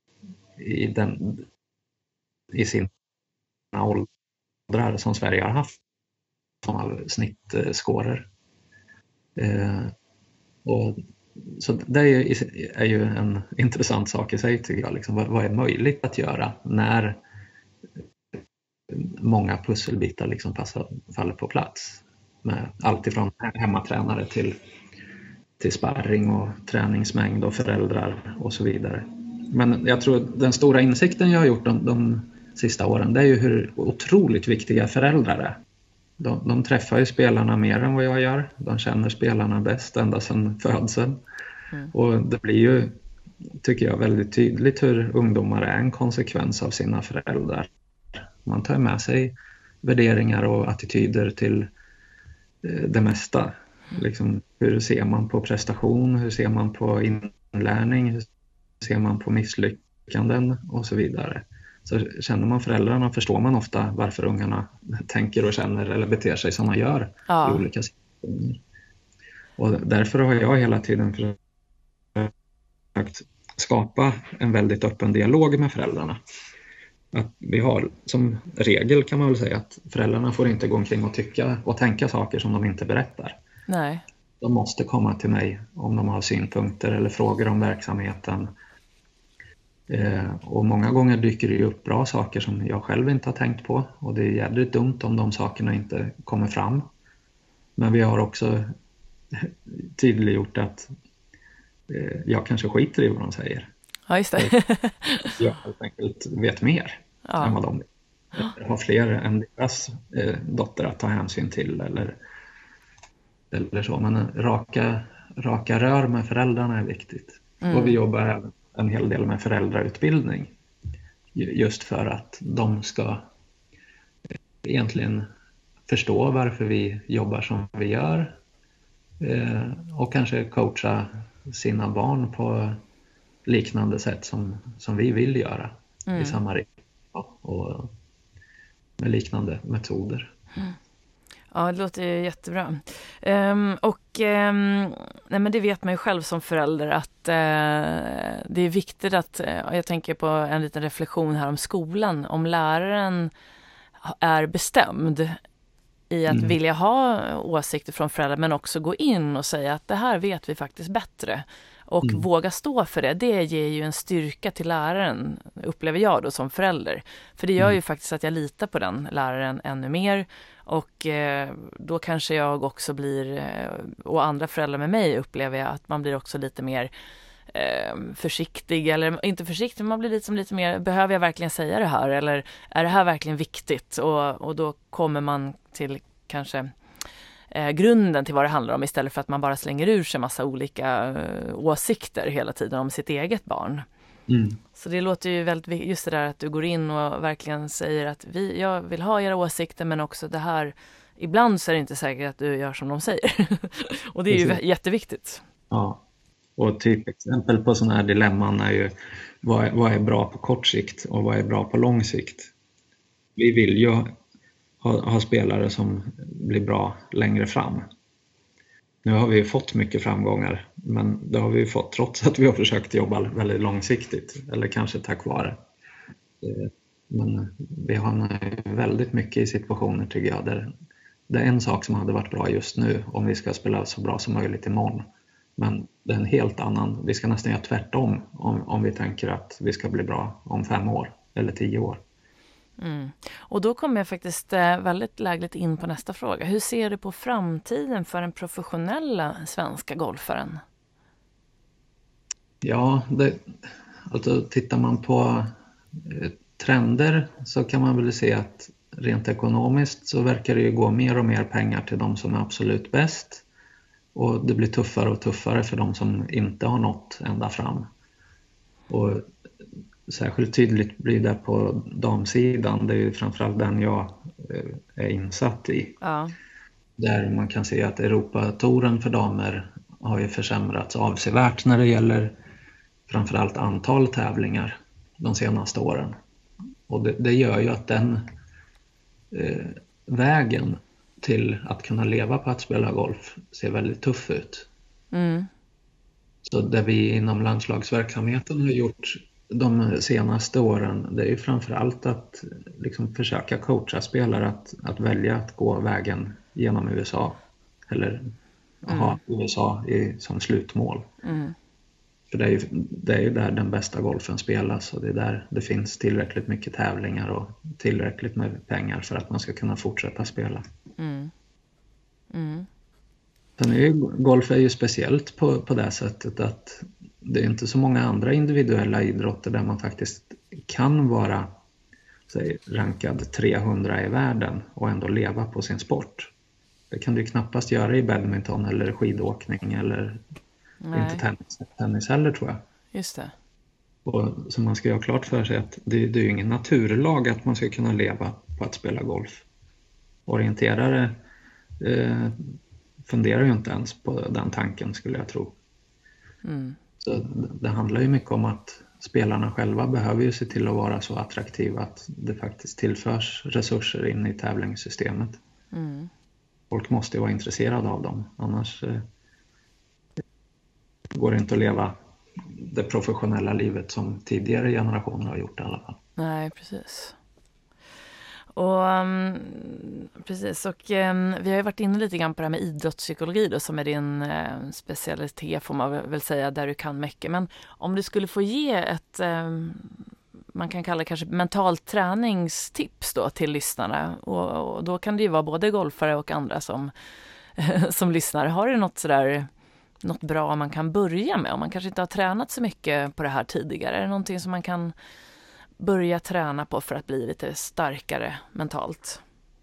i sina åldrar som Sverige har haft som snittskårer. Så det är ju en intressant sak i sig tycker jag. Liksom, vad är möjligt att göra när många pusselbitar liksom faller på plats? Med allt ifrån hemmatränare till sparring och träningsmängd och föräldrar och så vidare. Men jag tror den stora insikten jag har gjort de sista åren, det är ju hur otroligt viktiga föräldrar är. De träffar ju spelarna mer än vad jag gör. De känner spelarna bäst ända sedan födseln. Och det blir ju, tycker jag, väldigt tydligt hur ungdomar är en konsekvens av sina föräldrar. Man tar med sig värderingar och attityder till det mesta. Liksom, hur ser man på prestation? Hur ser man på inlärning? Hur ser man på misslyckanden? Och så vidare. Så känner man föräldrarna förstår man ofta varför ungarna tänker och känner eller beter sig som man gör i olika situationer. Och därför har jag hela tiden försökt skapa en väldigt öppen dialog med föräldrarna. Att vi har som regel kan man väl säga att föräldrarna får inte gå omkring och tycka och tänka saker som de inte berättar. Nej. De måste komma till mig om de har synpunkter eller frågor om verksamheten. Och många gånger dyker det upp bra saker som jag själv inte har tänkt på. Och det är jävligt dumt om de sakerna inte kommer fram. Men vi har också tydliggjort att jag kanske skiter i vad de säger. Ja, just det. Jag helt enkelt vet mer än vad de har fler än deras dotter att ta hänsyn till eller så. Men raka rör med föräldrarna är viktigt. Och vi jobbar även en hel del med föräldrautbildning. Just för att de ska egentligen förstå varför vi jobbar som vi gör. Och kanske coacha sina barn på liknande sätt som vi vill göra i samma riktning och med liknande metoder. Ja, det låter ju jättebra. Nej, men det vet man ju själv som förälder att det är viktigt att, jag tänker på en liten reflektion här om skolan, om läraren är bestämd i att vilja ha åsikter från föräldrar men också gå in och säga att det här vet vi faktiskt bättre och våga stå för det. Det ger ju en styrka till läraren, upplever jag då som förälder. För det gör ju faktiskt att jag litar på den läraren ännu mer och då kanske jag också blir, och andra föräldrar med mig upplever jag att man blir också lite mer försiktig, eller inte försiktig, man blir lite mer, behöver jag verkligen säga det här eller är det här verkligen viktigt, och då kommer man till kanske grunden till vad det handlar om istället för att man bara slänger ur sig massa olika åsikter hela tiden om sitt eget barn. Så det låter ju väldigt, just det där att du går in och verkligen säger att jag vill ha era åsikter, men också det här, ibland så är det inte säkert att du gör som de säger. Och det är ju jätteviktigt. Ja. Och typ exempel på sådana här dilemman är ju vad är bra på kort sikt och vad är bra på lång sikt. Vi vill ju ha spelare som blir bra längre fram. Nu har vi ju fått mycket framgångar, men det har vi ju fått trots att vi har försökt jobba väldigt långsiktigt, eller kanske tack vare. Men vi har väldigt mycket i situationer tycker jag där det är en sak som hade varit bra just nu om vi ska spela så bra som möjligt imorgon. Men det är en helt annan, vi ska nästan göra tvärtom om vi tänker att vi ska bli bra om 5 år eller 10 år. Och då kommer jag faktiskt väldigt lägligt in på nästa fråga. Hur ser du på framtiden för den professionella svenska golfaren? Ja, alltså tittar man på trender så kan man väl se att rent ekonomiskt så verkar det ju gå mer och mer pengar till de som är absolut bäst. Och det blir tuffare och tuffare för de som inte har nått ända fram. Och särskilt tydligt blir det på damsidan. Det är ju framförallt den jag är insatt i. Ja. Där man kan se att Europatouren för damer har ju försämrats avsevärt när det gäller framförallt antal tävlingar de senaste åren. Och det gör ju att den vägen till att kunna leva på att spela golf ser väldigt tuff ut. Så det vi inom landslagsverksamheten har gjort de senaste åren, det är ju framförallt att liksom försöka coacha spelare att välja att gå vägen genom USA eller ha USA som slutmål. För det är ju där den bästa golfen spelas, och det är där det finns tillräckligt mycket tävlingar och tillräckligt med pengar för att man ska kunna fortsätta spela. Sen är golf är ju speciellt på det sättet att det är inte så många andra individuella idrotter där man faktiskt kan vara rankad 300 i världen och ändå leva på sin sport. Det kan du knappast göra i badminton eller skidåkning eller inte tennis heller, tror jag. Just det. Och så man ska ju ha klart för sig att det är ju ingen naturlag att man ska kunna leva på att spela golf. Orienterare funderar ju inte ens på den tanken, skulle jag tro. Så det handlar ju mycket om att spelarna själva behöver ju se till att vara så attraktiva att det faktiskt tillförs resurser in i tävlingssystemet. Folk måste ju vara intresserade av dem, annars går det inte att leva det professionella livet som tidigare generationer har gjort i alla fall. Nej, precis. Och precis, och vi har ju varit inne lite grann på det här med idrottspsykologi då, som är din specialitet, får man väl säga, där du kan mycket. Men om du skulle få ge ett, man kan kalla det kanske mentalt träningstips då till lyssnarna, och då kan det ju vara både golfare och andra som lyssnar. Har du något bra man kan börja med om man kanske inte har tränat så mycket på det här tidigare? Är det någonting som man kan börja träna på för att bli lite starkare mentalt?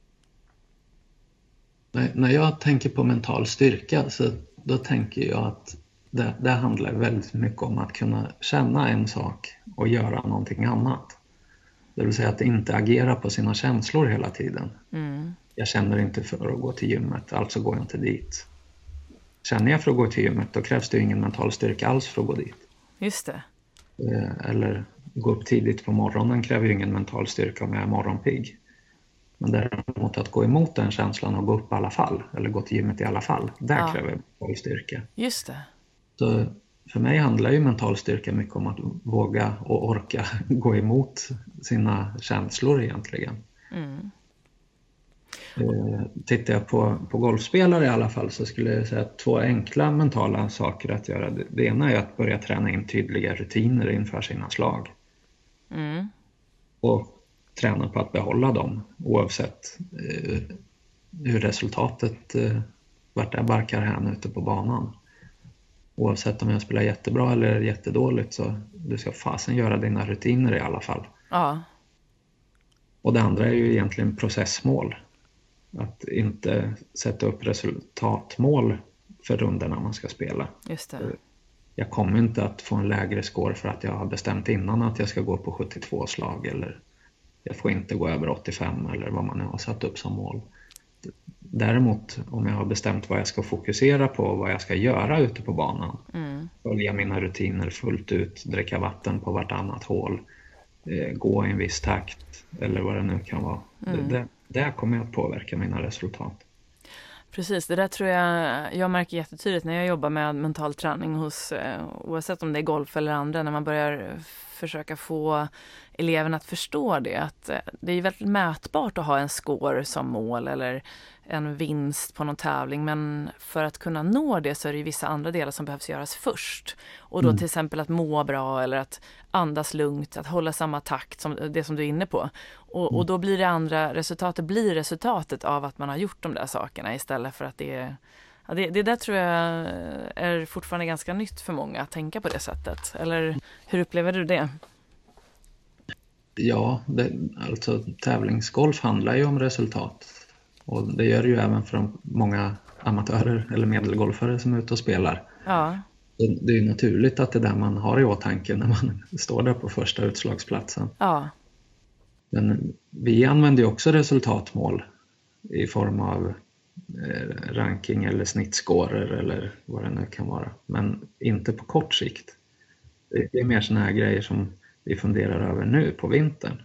När jag tänker på mental styrka, så då tänker jag att det handlar väldigt mycket om att kunna känna en sak och göra någonting annat. Det vill säga att inte agera på sina känslor hela tiden. Jag känner inte för att gå till gymmet, alltså går jag inte dit. Känner jag för att gå till gymmet, då krävs det ju ingen mental styrka alls för att gå dit. Just det. Eller gå upp tidigt på morgonen kräver ju ingen mental styrka om jag är morgonpigg. Men däremot att gå emot den känslan och gå upp i alla fall, eller gå till gymmet i alla fall, där kräver mental styrka. Just det. Så för mig handlar ju mental styrka mycket om att våga och orka gå emot sina känslor egentligen. Tittar jag på golfspelare i alla fall, så skulle jag säga att 2 enkla mentala saker att göra. Det ena är att börja träna in tydliga rutiner inför sina slag. Och träna på att behålla dem oavsett hur resultatet vart det barkar hän ute på banan. Oavsett om jag spelar jättebra eller jättedåligt, så du ska fasen göra dina rutiner i alla fall. Och det andra är ju egentligen processmål. Att inte sätta upp resultatmål för runderna man ska spela. Just det. Jag kommer inte att få en lägre score för att jag har bestämt innan att jag ska gå på 72 slag, eller jag får inte gå över 85 eller vad man nu har satt upp som mål. Däremot om jag har bestämt vad jag ska fokusera på och vad jag ska göra ute på banan, följa mina rutiner fullt ut, dricka vatten på vartannat hål, gå i en viss takt eller vad det nu kan vara. Det kommer att påverka mina resultat. Precis, det där tror jag märker jättetydligt när jag jobbar med mental träning hos, oavsett om det är golf eller andra, när man börjar försöka få eleverna att förstå det. Att det är väldigt mätbart att ha en score som mål eller en vinst på någon tävling, men för att kunna nå det så är det ju vissa andra delar som behövs göras först. Och då till exempel att må bra eller att andas lugnt, att hålla samma takt som det som du är inne på. Och då blir det andra resultatet av att man har gjort de där sakerna istället för att det där tror jag är fortfarande ganska nytt för många att tänka på det sättet. Eller hur upplever du det? Ja, alltså tävlingsgolf handlar ju om resultat. Och det gör det ju även för många amatörer eller medelgolfare som är ute och spelar. Ja. Det är ju naturligt att det är där man har i åtanke när man står där på första utslagsplatsen. Ja. Men vi använder ju också resultatmål i form av ranking eller snittscorer eller vad det nu kan vara. Men inte på kort sikt. Det är mer såna här grejer som vi funderar över nu på vintern.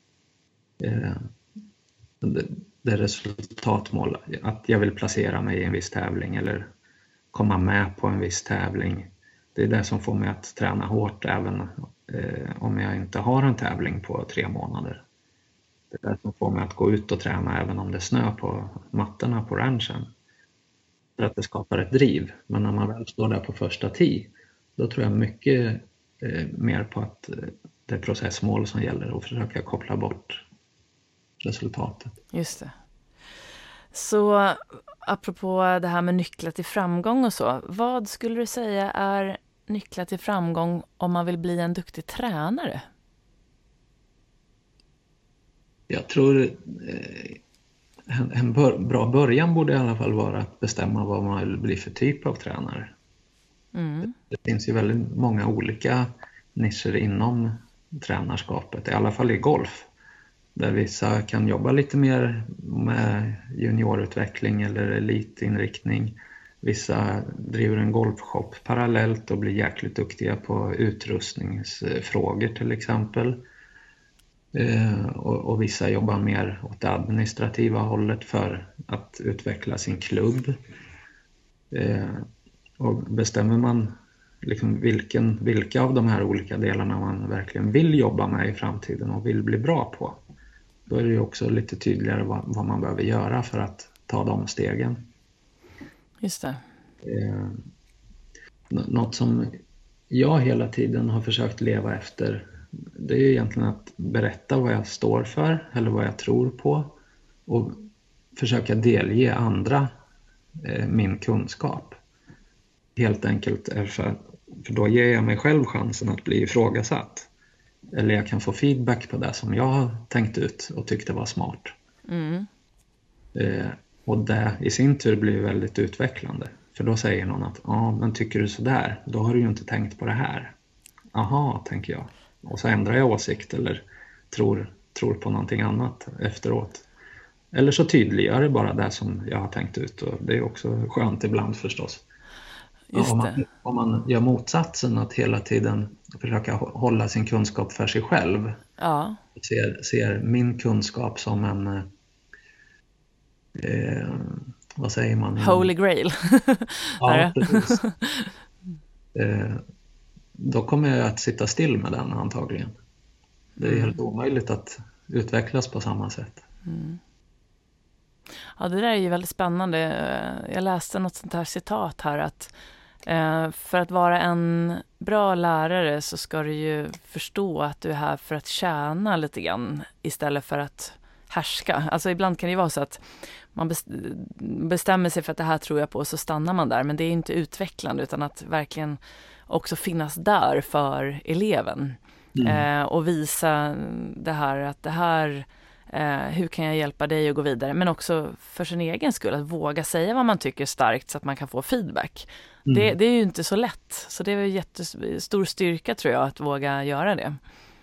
Det är resultatmål, att jag vill placera mig i en viss tävling eller komma med på en viss tävling. Det är det som får mig att träna hårt även om jag inte har en tävling på 3 månader. Det är det som får mig att gå ut och träna även om det är snö på mattorna på ranchen. För att det skapar ett driv. Men när man väl står där på första tee, då tror jag mycket mer på att det är processmål som gäller och försöka koppla bort resultatet. Just det. Så apropå det här med nycklar till framgång och så, vad skulle du säga är nycklar till framgång om man vill bli en duktig tränare? Jag tror en bra början borde i alla fall vara att bestämma vad man vill bli för typ av tränare. Det finns ju väldigt många olika nischer inom tränarskapet, i alla fall i golf. Där vissa kan jobba lite mer med juniorutveckling eller elitinriktning. Vissa driver en golfshop parallellt och blir jäkligt duktiga på utrustningsfrågor till exempel. Och vissa jobbar mer åt det administrativa hållet för att utveckla sin klubb. Och bestämmer man liksom vilka av de här olika delarna man verkligen vill jobba med i framtiden och vill bli bra på, då är det ju också lite tydligare vad man behöver göra för att ta de stegen. Just det. Något som jag hela tiden har försökt leva efter, det är egentligen att berätta vad jag står för eller vad jag tror på och försöka delge andra min kunskap. Helt enkelt för då ger jag mig själv chansen att bli ifrågasatt. Eller jag kan få feedback på det som jag har tänkt ut och tyckte var smart. Och det i sin tur blir väldigt utvecklande. För då säger någon att men tycker du så där, då har du ju inte tänkt på det här. Aha, tänker jag. Och så ändrar jag åsikt eller tror på någonting annat efteråt. Eller så tydliggör det bara det som jag har tänkt ut. Och det är också skönt ibland förstås. Om man gör motsatsen, att hela tiden försöka hålla sin kunskap för sig själv. Ja. Ser min kunskap som en vad säger man? Holy grail. Ja, precis. Då kommer jag att sitta still med den antagligen. Det är helt omöjligt att utvecklas på samma sätt. Ja, det där är ju väldigt spännande. Jag läste något sånt här citat här att för att vara en bra lärare så ska du ju förstå att du är här för att tjäna lite grann istället för att härska. Alltså ibland kan det ju vara så att man bestämmer sig för att det här tror jag på och så stannar man där. Men det är inte utvecklande utan att verkligen också finnas där för eleven. Och visa det här att det här, hur kan jag hjälpa dig att gå vidare? Men också för sin egen skull att våga säga vad man tycker starkt så att man kan få feedback. Det är ju inte så lätt. Så det är en jättestor styrka tror jag att våga göra det.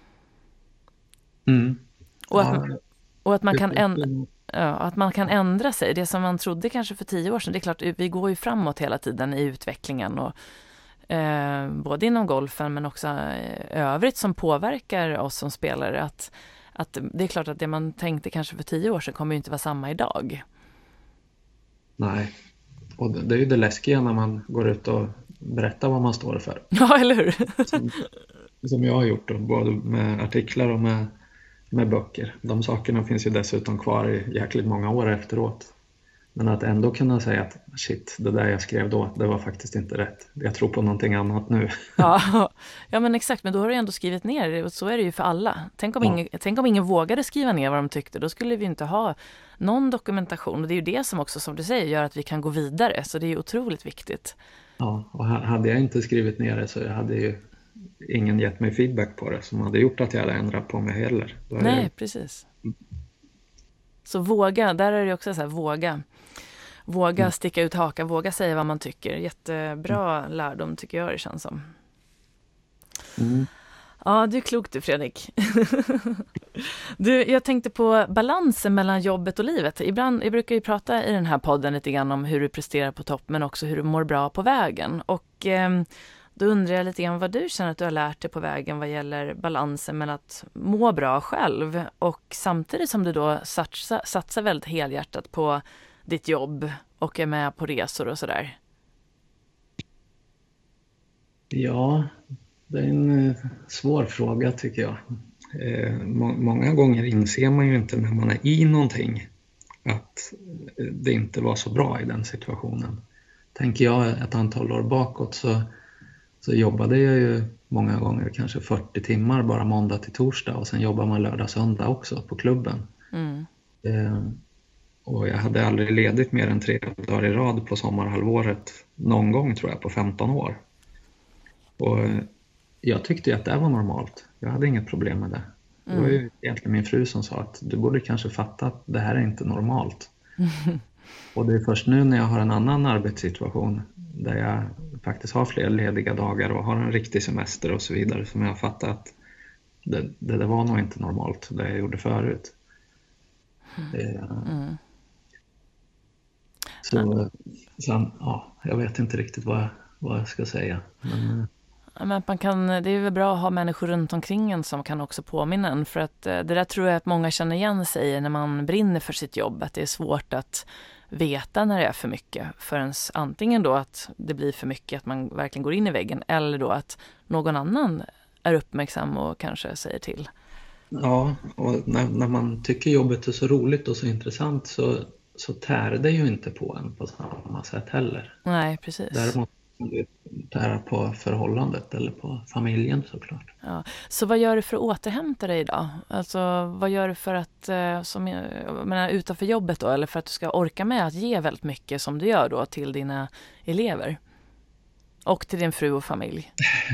Och att man kan att man kan ändra sig. Det som man trodde kanske för 10 år sedan. Det är klart, vi går ju framåt hela tiden i utvecklingen. Och, både inom golfen men också övrigt som påverkar oss som spelare. Att det är klart att det man tänkte kanske för 10 år sedan kommer ju inte vara samma idag. Nej. Och det är ju det läskiga när man går ut och berättar vad man står för. Ja, eller hur? Som jag har gjort då, både med artiklar och med böcker. De sakerna finns ju dessutom kvar i jäkligt många år efteråt. Men att ändå kunna säga att shit, det där jag skrev då, det var faktiskt inte rätt. Jag tror på någonting annat nu. Ja, men exakt. Men då har du ändå skrivit ner det och så är det ju för alla. Tänk om ingen vågade skriva ner vad de tyckte. Då skulle vi inte ha någon dokumentation. Och det är ju det som också, som du säger, gör att vi kan gå vidare. Så det är ju otroligt viktigt. Ja, och hade jag inte skrivit ner det så hade ju ingen gett mig feedback på det som hade gjort att jag hade ändrat på mig heller. Nej, precis. Så våga, där är det också så här, våga sticka ut hakan, våga säga vad man tycker. Jättebra lärdom tycker jag det känns som. Ja, du är klok du, Fredrik. Jag tänkte på balansen mellan jobbet och livet. Jag brukar ju prata i den här podden lite grann om hur du presterar på topp men också hur du mår bra på vägen. Och då undrar jag lite grann vad du känner att du har lärt dig på vägen vad gäller balansen mellan att må bra själv och samtidigt som du då satsar väldigt helhjärtat på ditt jobb och är med på resor och sådär. Ja, det är en svår fråga tycker jag. Många gånger inser man ju inte när man är i någonting att det inte var så bra i den situationen. Tänker jag ett antal år bakåt så jobbade jag ju många gånger kanske 40 timmar bara måndag till torsdag och sen jobbar man lördag söndag också på klubben. Och jag hade aldrig ledigt mer än 3 dagar i rad på sommarhalvåret någon gång tror jag på 15 år. Och jag tyckte att det var normalt. Jag hade inget problem med det. Det var ju egentligen min fru som sa att du borde kanske fatta att det här är inte normalt. Och det är först nu när jag har en annan arbetssituation där jag faktiskt har fler lediga dagar och har en riktig semester och så vidare som jag fattar att det var nog inte normalt det jag gjorde förut. Så jag vet inte riktigt vad jag ska säga. Men det är väl bra att ha människor runt omkring en som kan också påminna en. För att det där tror jag att många känner igen sig i när man brinner för sitt jobb. Att det är svårt att veta när det är för mycket. Förrän antingen då att det blir för mycket, att man verkligen går in i väggen. Eller då att någon annan är uppmärksam och kanske säger till. Ja, och när man tycker jobbet är så roligt och så intressant så tär det ju inte på en på samma sätt heller. Nej, precis. Däremot tära på förhållandet eller på familjen såklart. Ja. Så vad gör du för att återhämta dig idag? Alltså vad gör du för att utanför jobbet då, eller för att du ska orka med att ge väldigt mycket som du gör då till dina elever och till din fru och familj?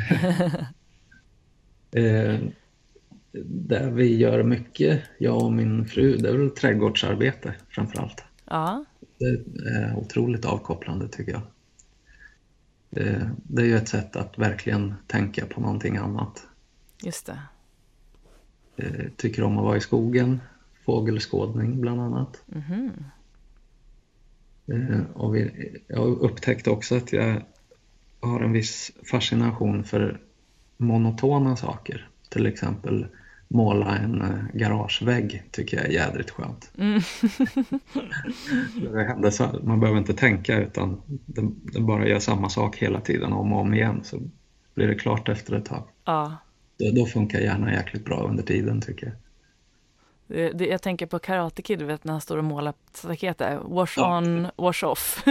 Där vi gör mycket, jag och min fru, det är väl trädgårdsarbete framförallt. Ja. Det är otroligt avkopplande tycker jag. Det är ju ett sätt att verkligen tänka på någonting annat. Just det. Tycker om att vara i skogen, fågelskådning bland annat. Och jag upptäckte också att jag har en viss fascination för monotona saker. Till exempel måla en garagevägg tycker jag är jädrigt skönt. Det händer så, man behöver inte tänka utan det bara gör samma sak hela tiden om och om igen så blir det klart efter ett tag. Ja. Då funkar hjärnan jäkligt bra under tiden tycker jag. Jag tänker på Karate Kid, vet, när han står och målar staketet. Wash on, wash off.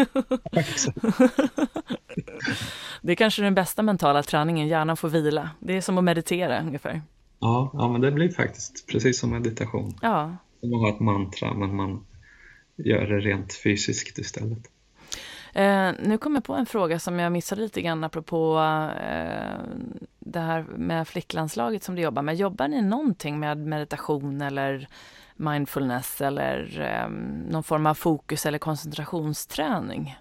Det är kanske den bästa mentala träningen, hjärnan får vila. Det är som att meditera ungefär. Ja, men det blir faktiskt precis som meditation. Ja. Som att ha ett mantra, men man gör det rent fysiskt istället. Nu kommer jag på en fråga som jag missade lite grann apropå det här med flicklandslaget som du jobbar med. Jobbar ni någonting med meditation eller mindfulness eller någon form av fokus eller koncentrationsträning?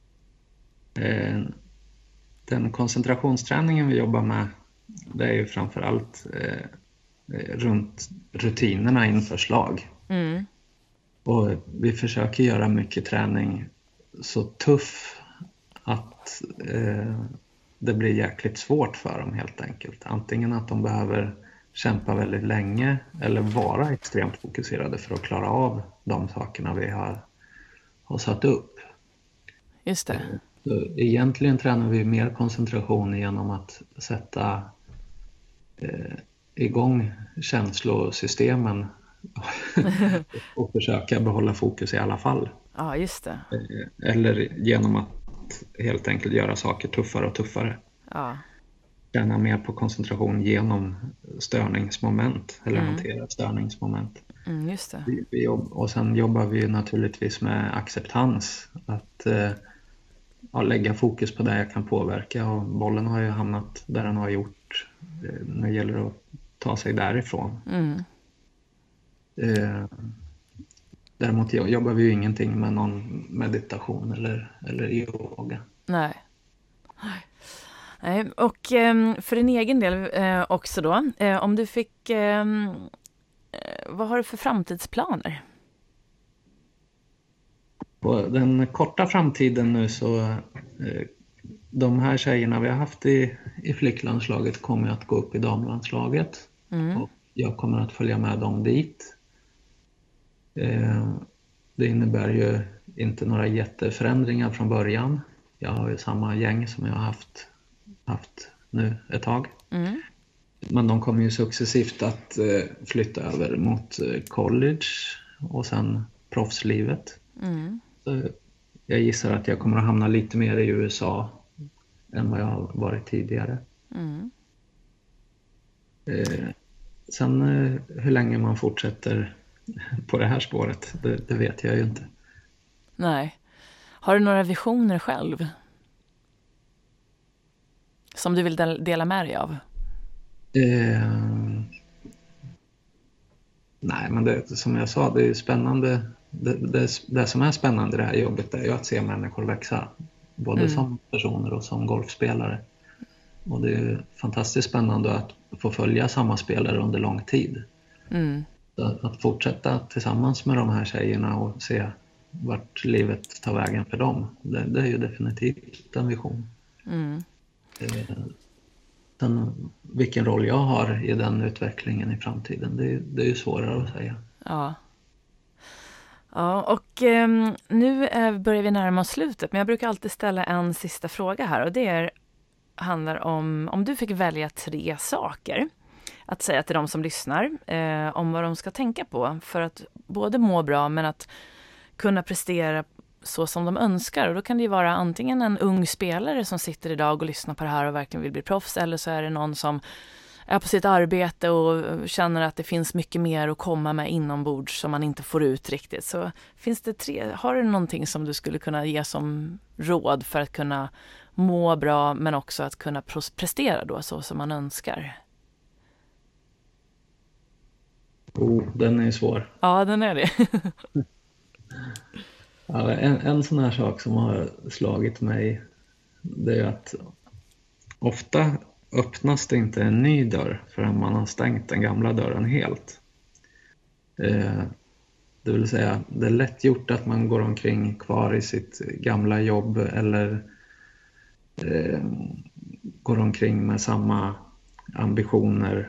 Den koncentrationsträningen vi jobbar med, det är ju framförallt runt rutinerna inför slag. Och vi försöker göra mycket träning så tuff att det blir jäkligt svårt för dem helt enkelt. Antingen att de behöver kämpa väldigt länge eller vara extremt fokuserade för att klara av de sakerna vi har satt upp. Just det. Så egentligen tränar vi mer koncentration genom att sätta igång känslosystemen och försöka behålla fokus i alla fall. Ja, just det. Eller genom att helt enkelt göra saker tuffare och tuffare. Ja. Träna mer på koncentration genom störningsmoment eller hantera störningsmoment. Just det. Och sen jobbar vi naturligtvis med acceptans. Att lägga fokus på det jag kan påverka. Och bollen har ju när den har gjort. Nu gäller det att ta sig därifrån. Däremot jobbar vi ju ingenting med någon meditation eller yoga. Nej. Och för din egen del också då, om du fick vad har du för framtidsplaner? På den korta framtiden nu så de här tjejerna vi har haft i flicklandslaget kommer att gå upp i damlandslaget. Och jag kommer att följa med dem dit. Det innebär ju inte några jätteförändringar från början. Jag har ju samma gäng som jag har haft nu ett tag. Men de kommer ju successivt att flytta över mot college och sen proffslivet. Så jag gissar att jag kommer att hamna lite mer i USA än vad jag har varit tidigare. Sen hur länge man fortsätter på det här spåret, det vet jag ju inte. Nej. Har du några visioner själv? Som du vill dela med dig av? Nej, men det, som jag sa, det är spännande. Det som är spännande i det här jobbet är ju att se människor växa. Både som personer och som golfspelare. Och det är fantastiskt spännande att få följa samma spelare under lång tid. Att fortsätta tillsammans med de här tjejerna och se vart livet tar vägen för dem. Det är ju definitivt en vision. Sen, vilken roll jag har i den utvecklingen i framtiden, det är ju svårare att säga. Ja, och nu börjar vi närma oss slutet, men jag brukar alltid ställa en sista fråga här, och det handlar om du fick välja 3 saker att säga till de som lyssnar om vad de ska tänka på för att både må bra men att kunna prestera så som de önskar. Och då kan det ju vara antingen en ung spelare som sitter idag och lyssnar på det här och verkligen vill bli proffs, eller så är det någon som är på sitt arbete och känner att det finns mycket mer att komma med inombords som man inte får ut riktigt. Så finns det har du någonting som du skulle kunna ge som råd för att kunna må bra men också att kunna prestera då så som man önskar? Den är svår. Ja, den är det. Ja, en sån här sak som har slagit mig, det är att ofta öppnas det inte en ny dörr förrän man har stängt den gamla dörren helt. Det vill säga, det är lätt gjort att man går omkring kvar i sitt gamla jobb eller går omkring med samma ambitioner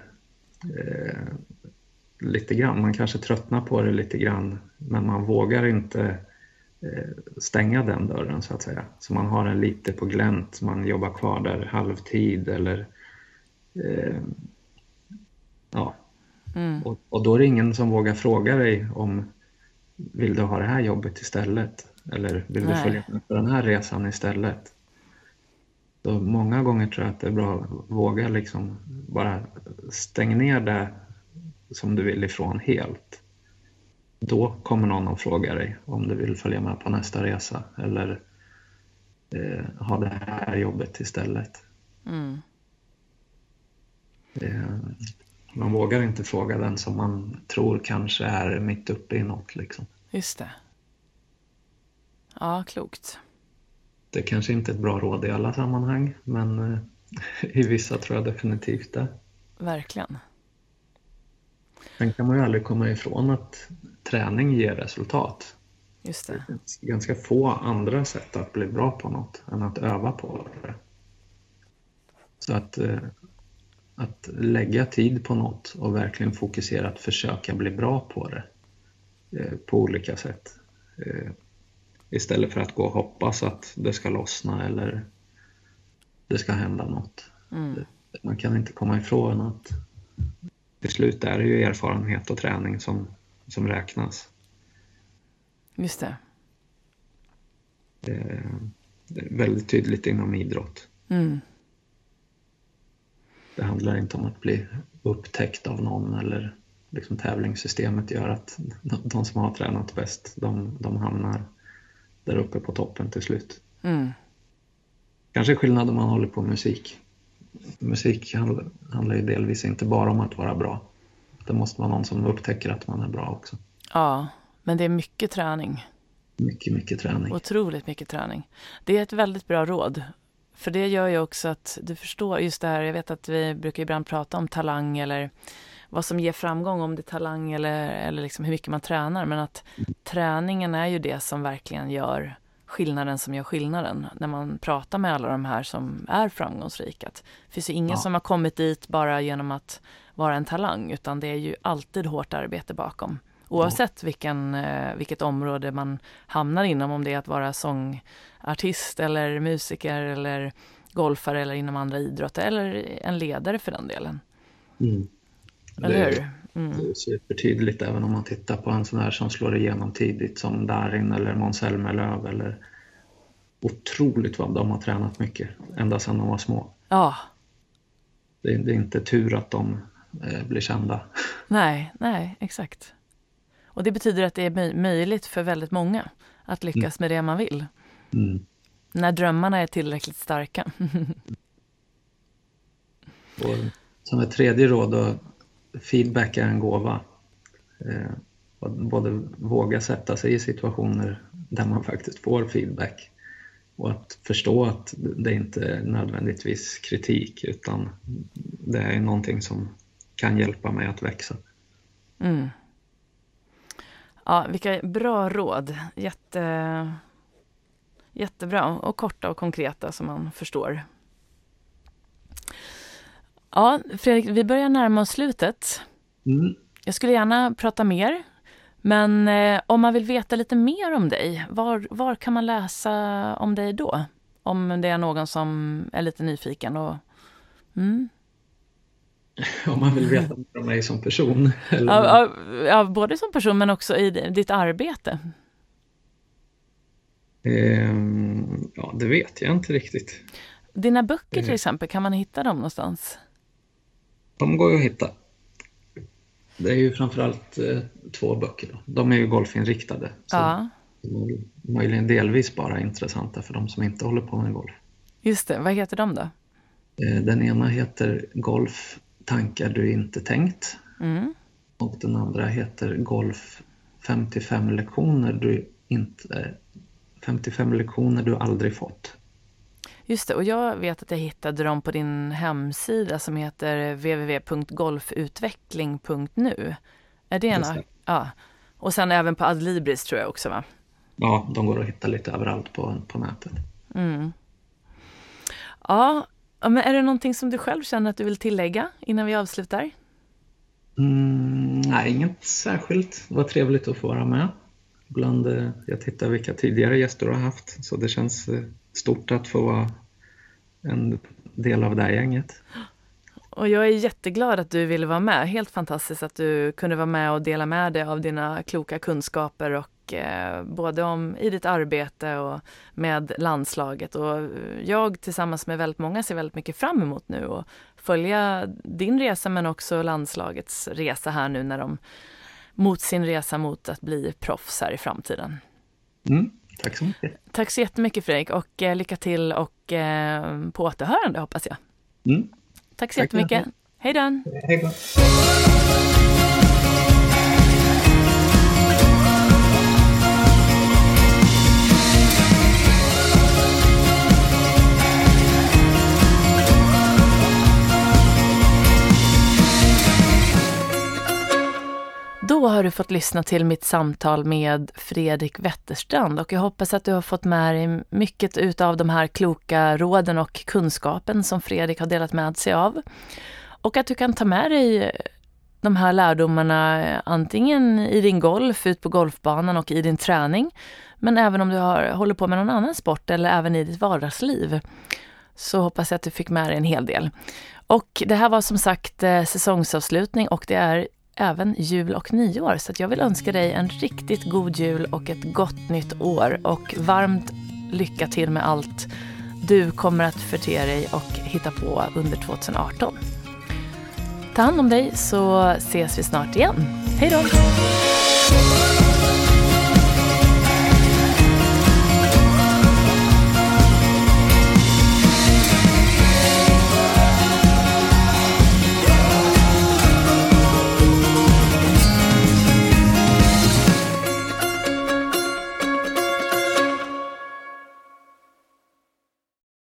lite grann. Man kanske tröttnar på det lite grann, men man vågar inte stänga den dörren så att säga. Så man har den lite på glänt, man jobbar kvar där halvtid eller ja. Och då är det ingen som vågar fråga dig om vill du ha det här jobbet istället eller vill du följa med på den här resan istället. Så många gånger tror jag att det är bra att våga liksom bara stänga ner det som du vill ifrån helt. Då kommer någon att fråga dig om du vill följa med på nästa resa eller ha det här jobbet istället. Man vågar inte fråga den som man tror kanske är mitt uppe i något liksom. Just det. Ja, klokt. Det är kanske inte är ett bra råd i alla sammanhang, men i vissa tror jag definitivt det. Verkligen. Sen kan man ju aldrig komma ifrån att träning ger resultat. Just det. Det finns ganska få andra sätt att bli bra på något än att öva på det. Så att lägga tid på något och verkligen fokusera att försöka bli bra på det på olika sätt. Istället för att gå och hoppas att det ska lossna eller det ska hända något. Man kan inte komma ifrån att till slut är det ju erfarenhet och träning som räknas. Just det. Det är väldigt tydligt inom idrott. Det handlar inte om att bli upptäckt av någon eller liksom tävlingssystemet gör att de som har tränat bäst, de hamnar där uppe på toppen till slut. Kanske skillnad om man håller på musik. Musik handlar ju delvis inte bara om att vara bra. Det måste vara någon som upptäcker att man är bra också. Ja, men det är mycket träning. Mycket träning. Otroligt mycket träning. Det är ett väldigt bra råd. För det gör ju också att du förstår just det här. Jag vet att vi brukar ibland prata om talang eller vad som ger framgång, om det är talang eller liksom hur mycket man tränar. Men att träningen är ju det som verkligen gör skillnaden, som gör skillnaden. När man pratar med alla de här som är framgångsrika. Det finns ju ingen som har kommit dit bara genom att vara en talang, utan det är ju alltid hårt arbete bakom. Oavsett vilket område man hamnar inom, om det är att vara sångartist eller musiker eller golfare eller inom andra idrotter eller en ledare för den delen. Eller hur? Det är supertydligt även om man tittar på en sån här som slår igenom tidigt som Darin eller Måns Zelmerlöw, eller otroligt vad de har tränat mycket ända sedan de var små. Ja. Det är inte tur att de blir kända. Nej, exakt. Och det betyder att det är möjligt för väldigt många att lyckas med det man vill. När drömmarna är tillräckligt starka. Och som ett tredje råd då, feedback är en gåva. Både våga sätta sig i situationer där man faktiskt får feedback. Och att förstå att det inte är nödvändigtvis kritik, utan det är någonting som kan hjälpa mig att växa. Ja, vilka bra råd. Jättebra och korta och konkreta som man förstår. Ja, Fredrik, vi börjar närma oss slutet. Jag skulle gärna prata mer, men om man vill veta lite mer om dig, var kan man läsa om dig då? Om det är någon som är lite nyfiken och... Om man vill veta mer om mig som person? Eller? Ja, både som person men också i ditt arbete. Ja, det vet jag inte riktigt. Dina böcker till exempel, kan man hitta dem någonstans? De går ju att hitta. Det är ju framförallt 2 böcker då. De är ju golfinriktade. Så möjligen delvis bara intressanta för de som inte håller på med golf. Just det, vad heter de då? Den ena heter Golf, tankar du inte tänkt. Och den andra heter Golf 55 lektioner du aldrig fått. Just det, och jag vet att jag hittade dem på din hemsida som heter www.golfutveckling.nu. Är det en? Ja. Och sen även på Adlibris tror jag också, va? Ja, de går att hitta lite överallt på nätet. Ja, men är det någonting som du själv känner att du vill tillägga innan vi avslutar? Nej, inget särskilt. Det var trevligt att få vara med. Jag tittar vilka tidigare gäster du har haft, så det känns stort att få vara en del av det här gänget. Och jag är jätteglad att du ville vara med. Helt fantastiskt att du kunde vara med och dela med dig av dina kloka kunskaper och både om i ditt arbete och med landslaget. Och jag tillsammans med väldigt många ser väldigt mycket fram emot nu och följa din resa men också landslagets resa här nu när de mot sin resa mot att bli proffs här i framtiden. Tack så mycket. Tack så jättemycket Fredrik och lycka till och på återhörande hoppas jag. Tack så jättemycket. Hej då. Hej då. Då har du fått lyssna till mitt samtal med Fredrik Wetterstrand och jag hoppas att du har fått med dig mycket utav de här kloka råden och kunskapen som Fredrik har delat med sig av. Och att du kan ta med dig de här lärdomarna antingen i din golf, ut på golfbanan och i din träning, men även om du håller på med någon annan sport eller även i ditt vardagsliv, så hoppas jag att du fick med dig en hel del. Och det här var som sagt säsongsavslutning och det är även jul och nyår, så att jag vill önska dig en riktigt god jul och ett gott nytt år och varmt lycka till med allt du kommer att förte dig och hitta på under 2018. Ta hand om dig så ses vi snart igen. Hej då!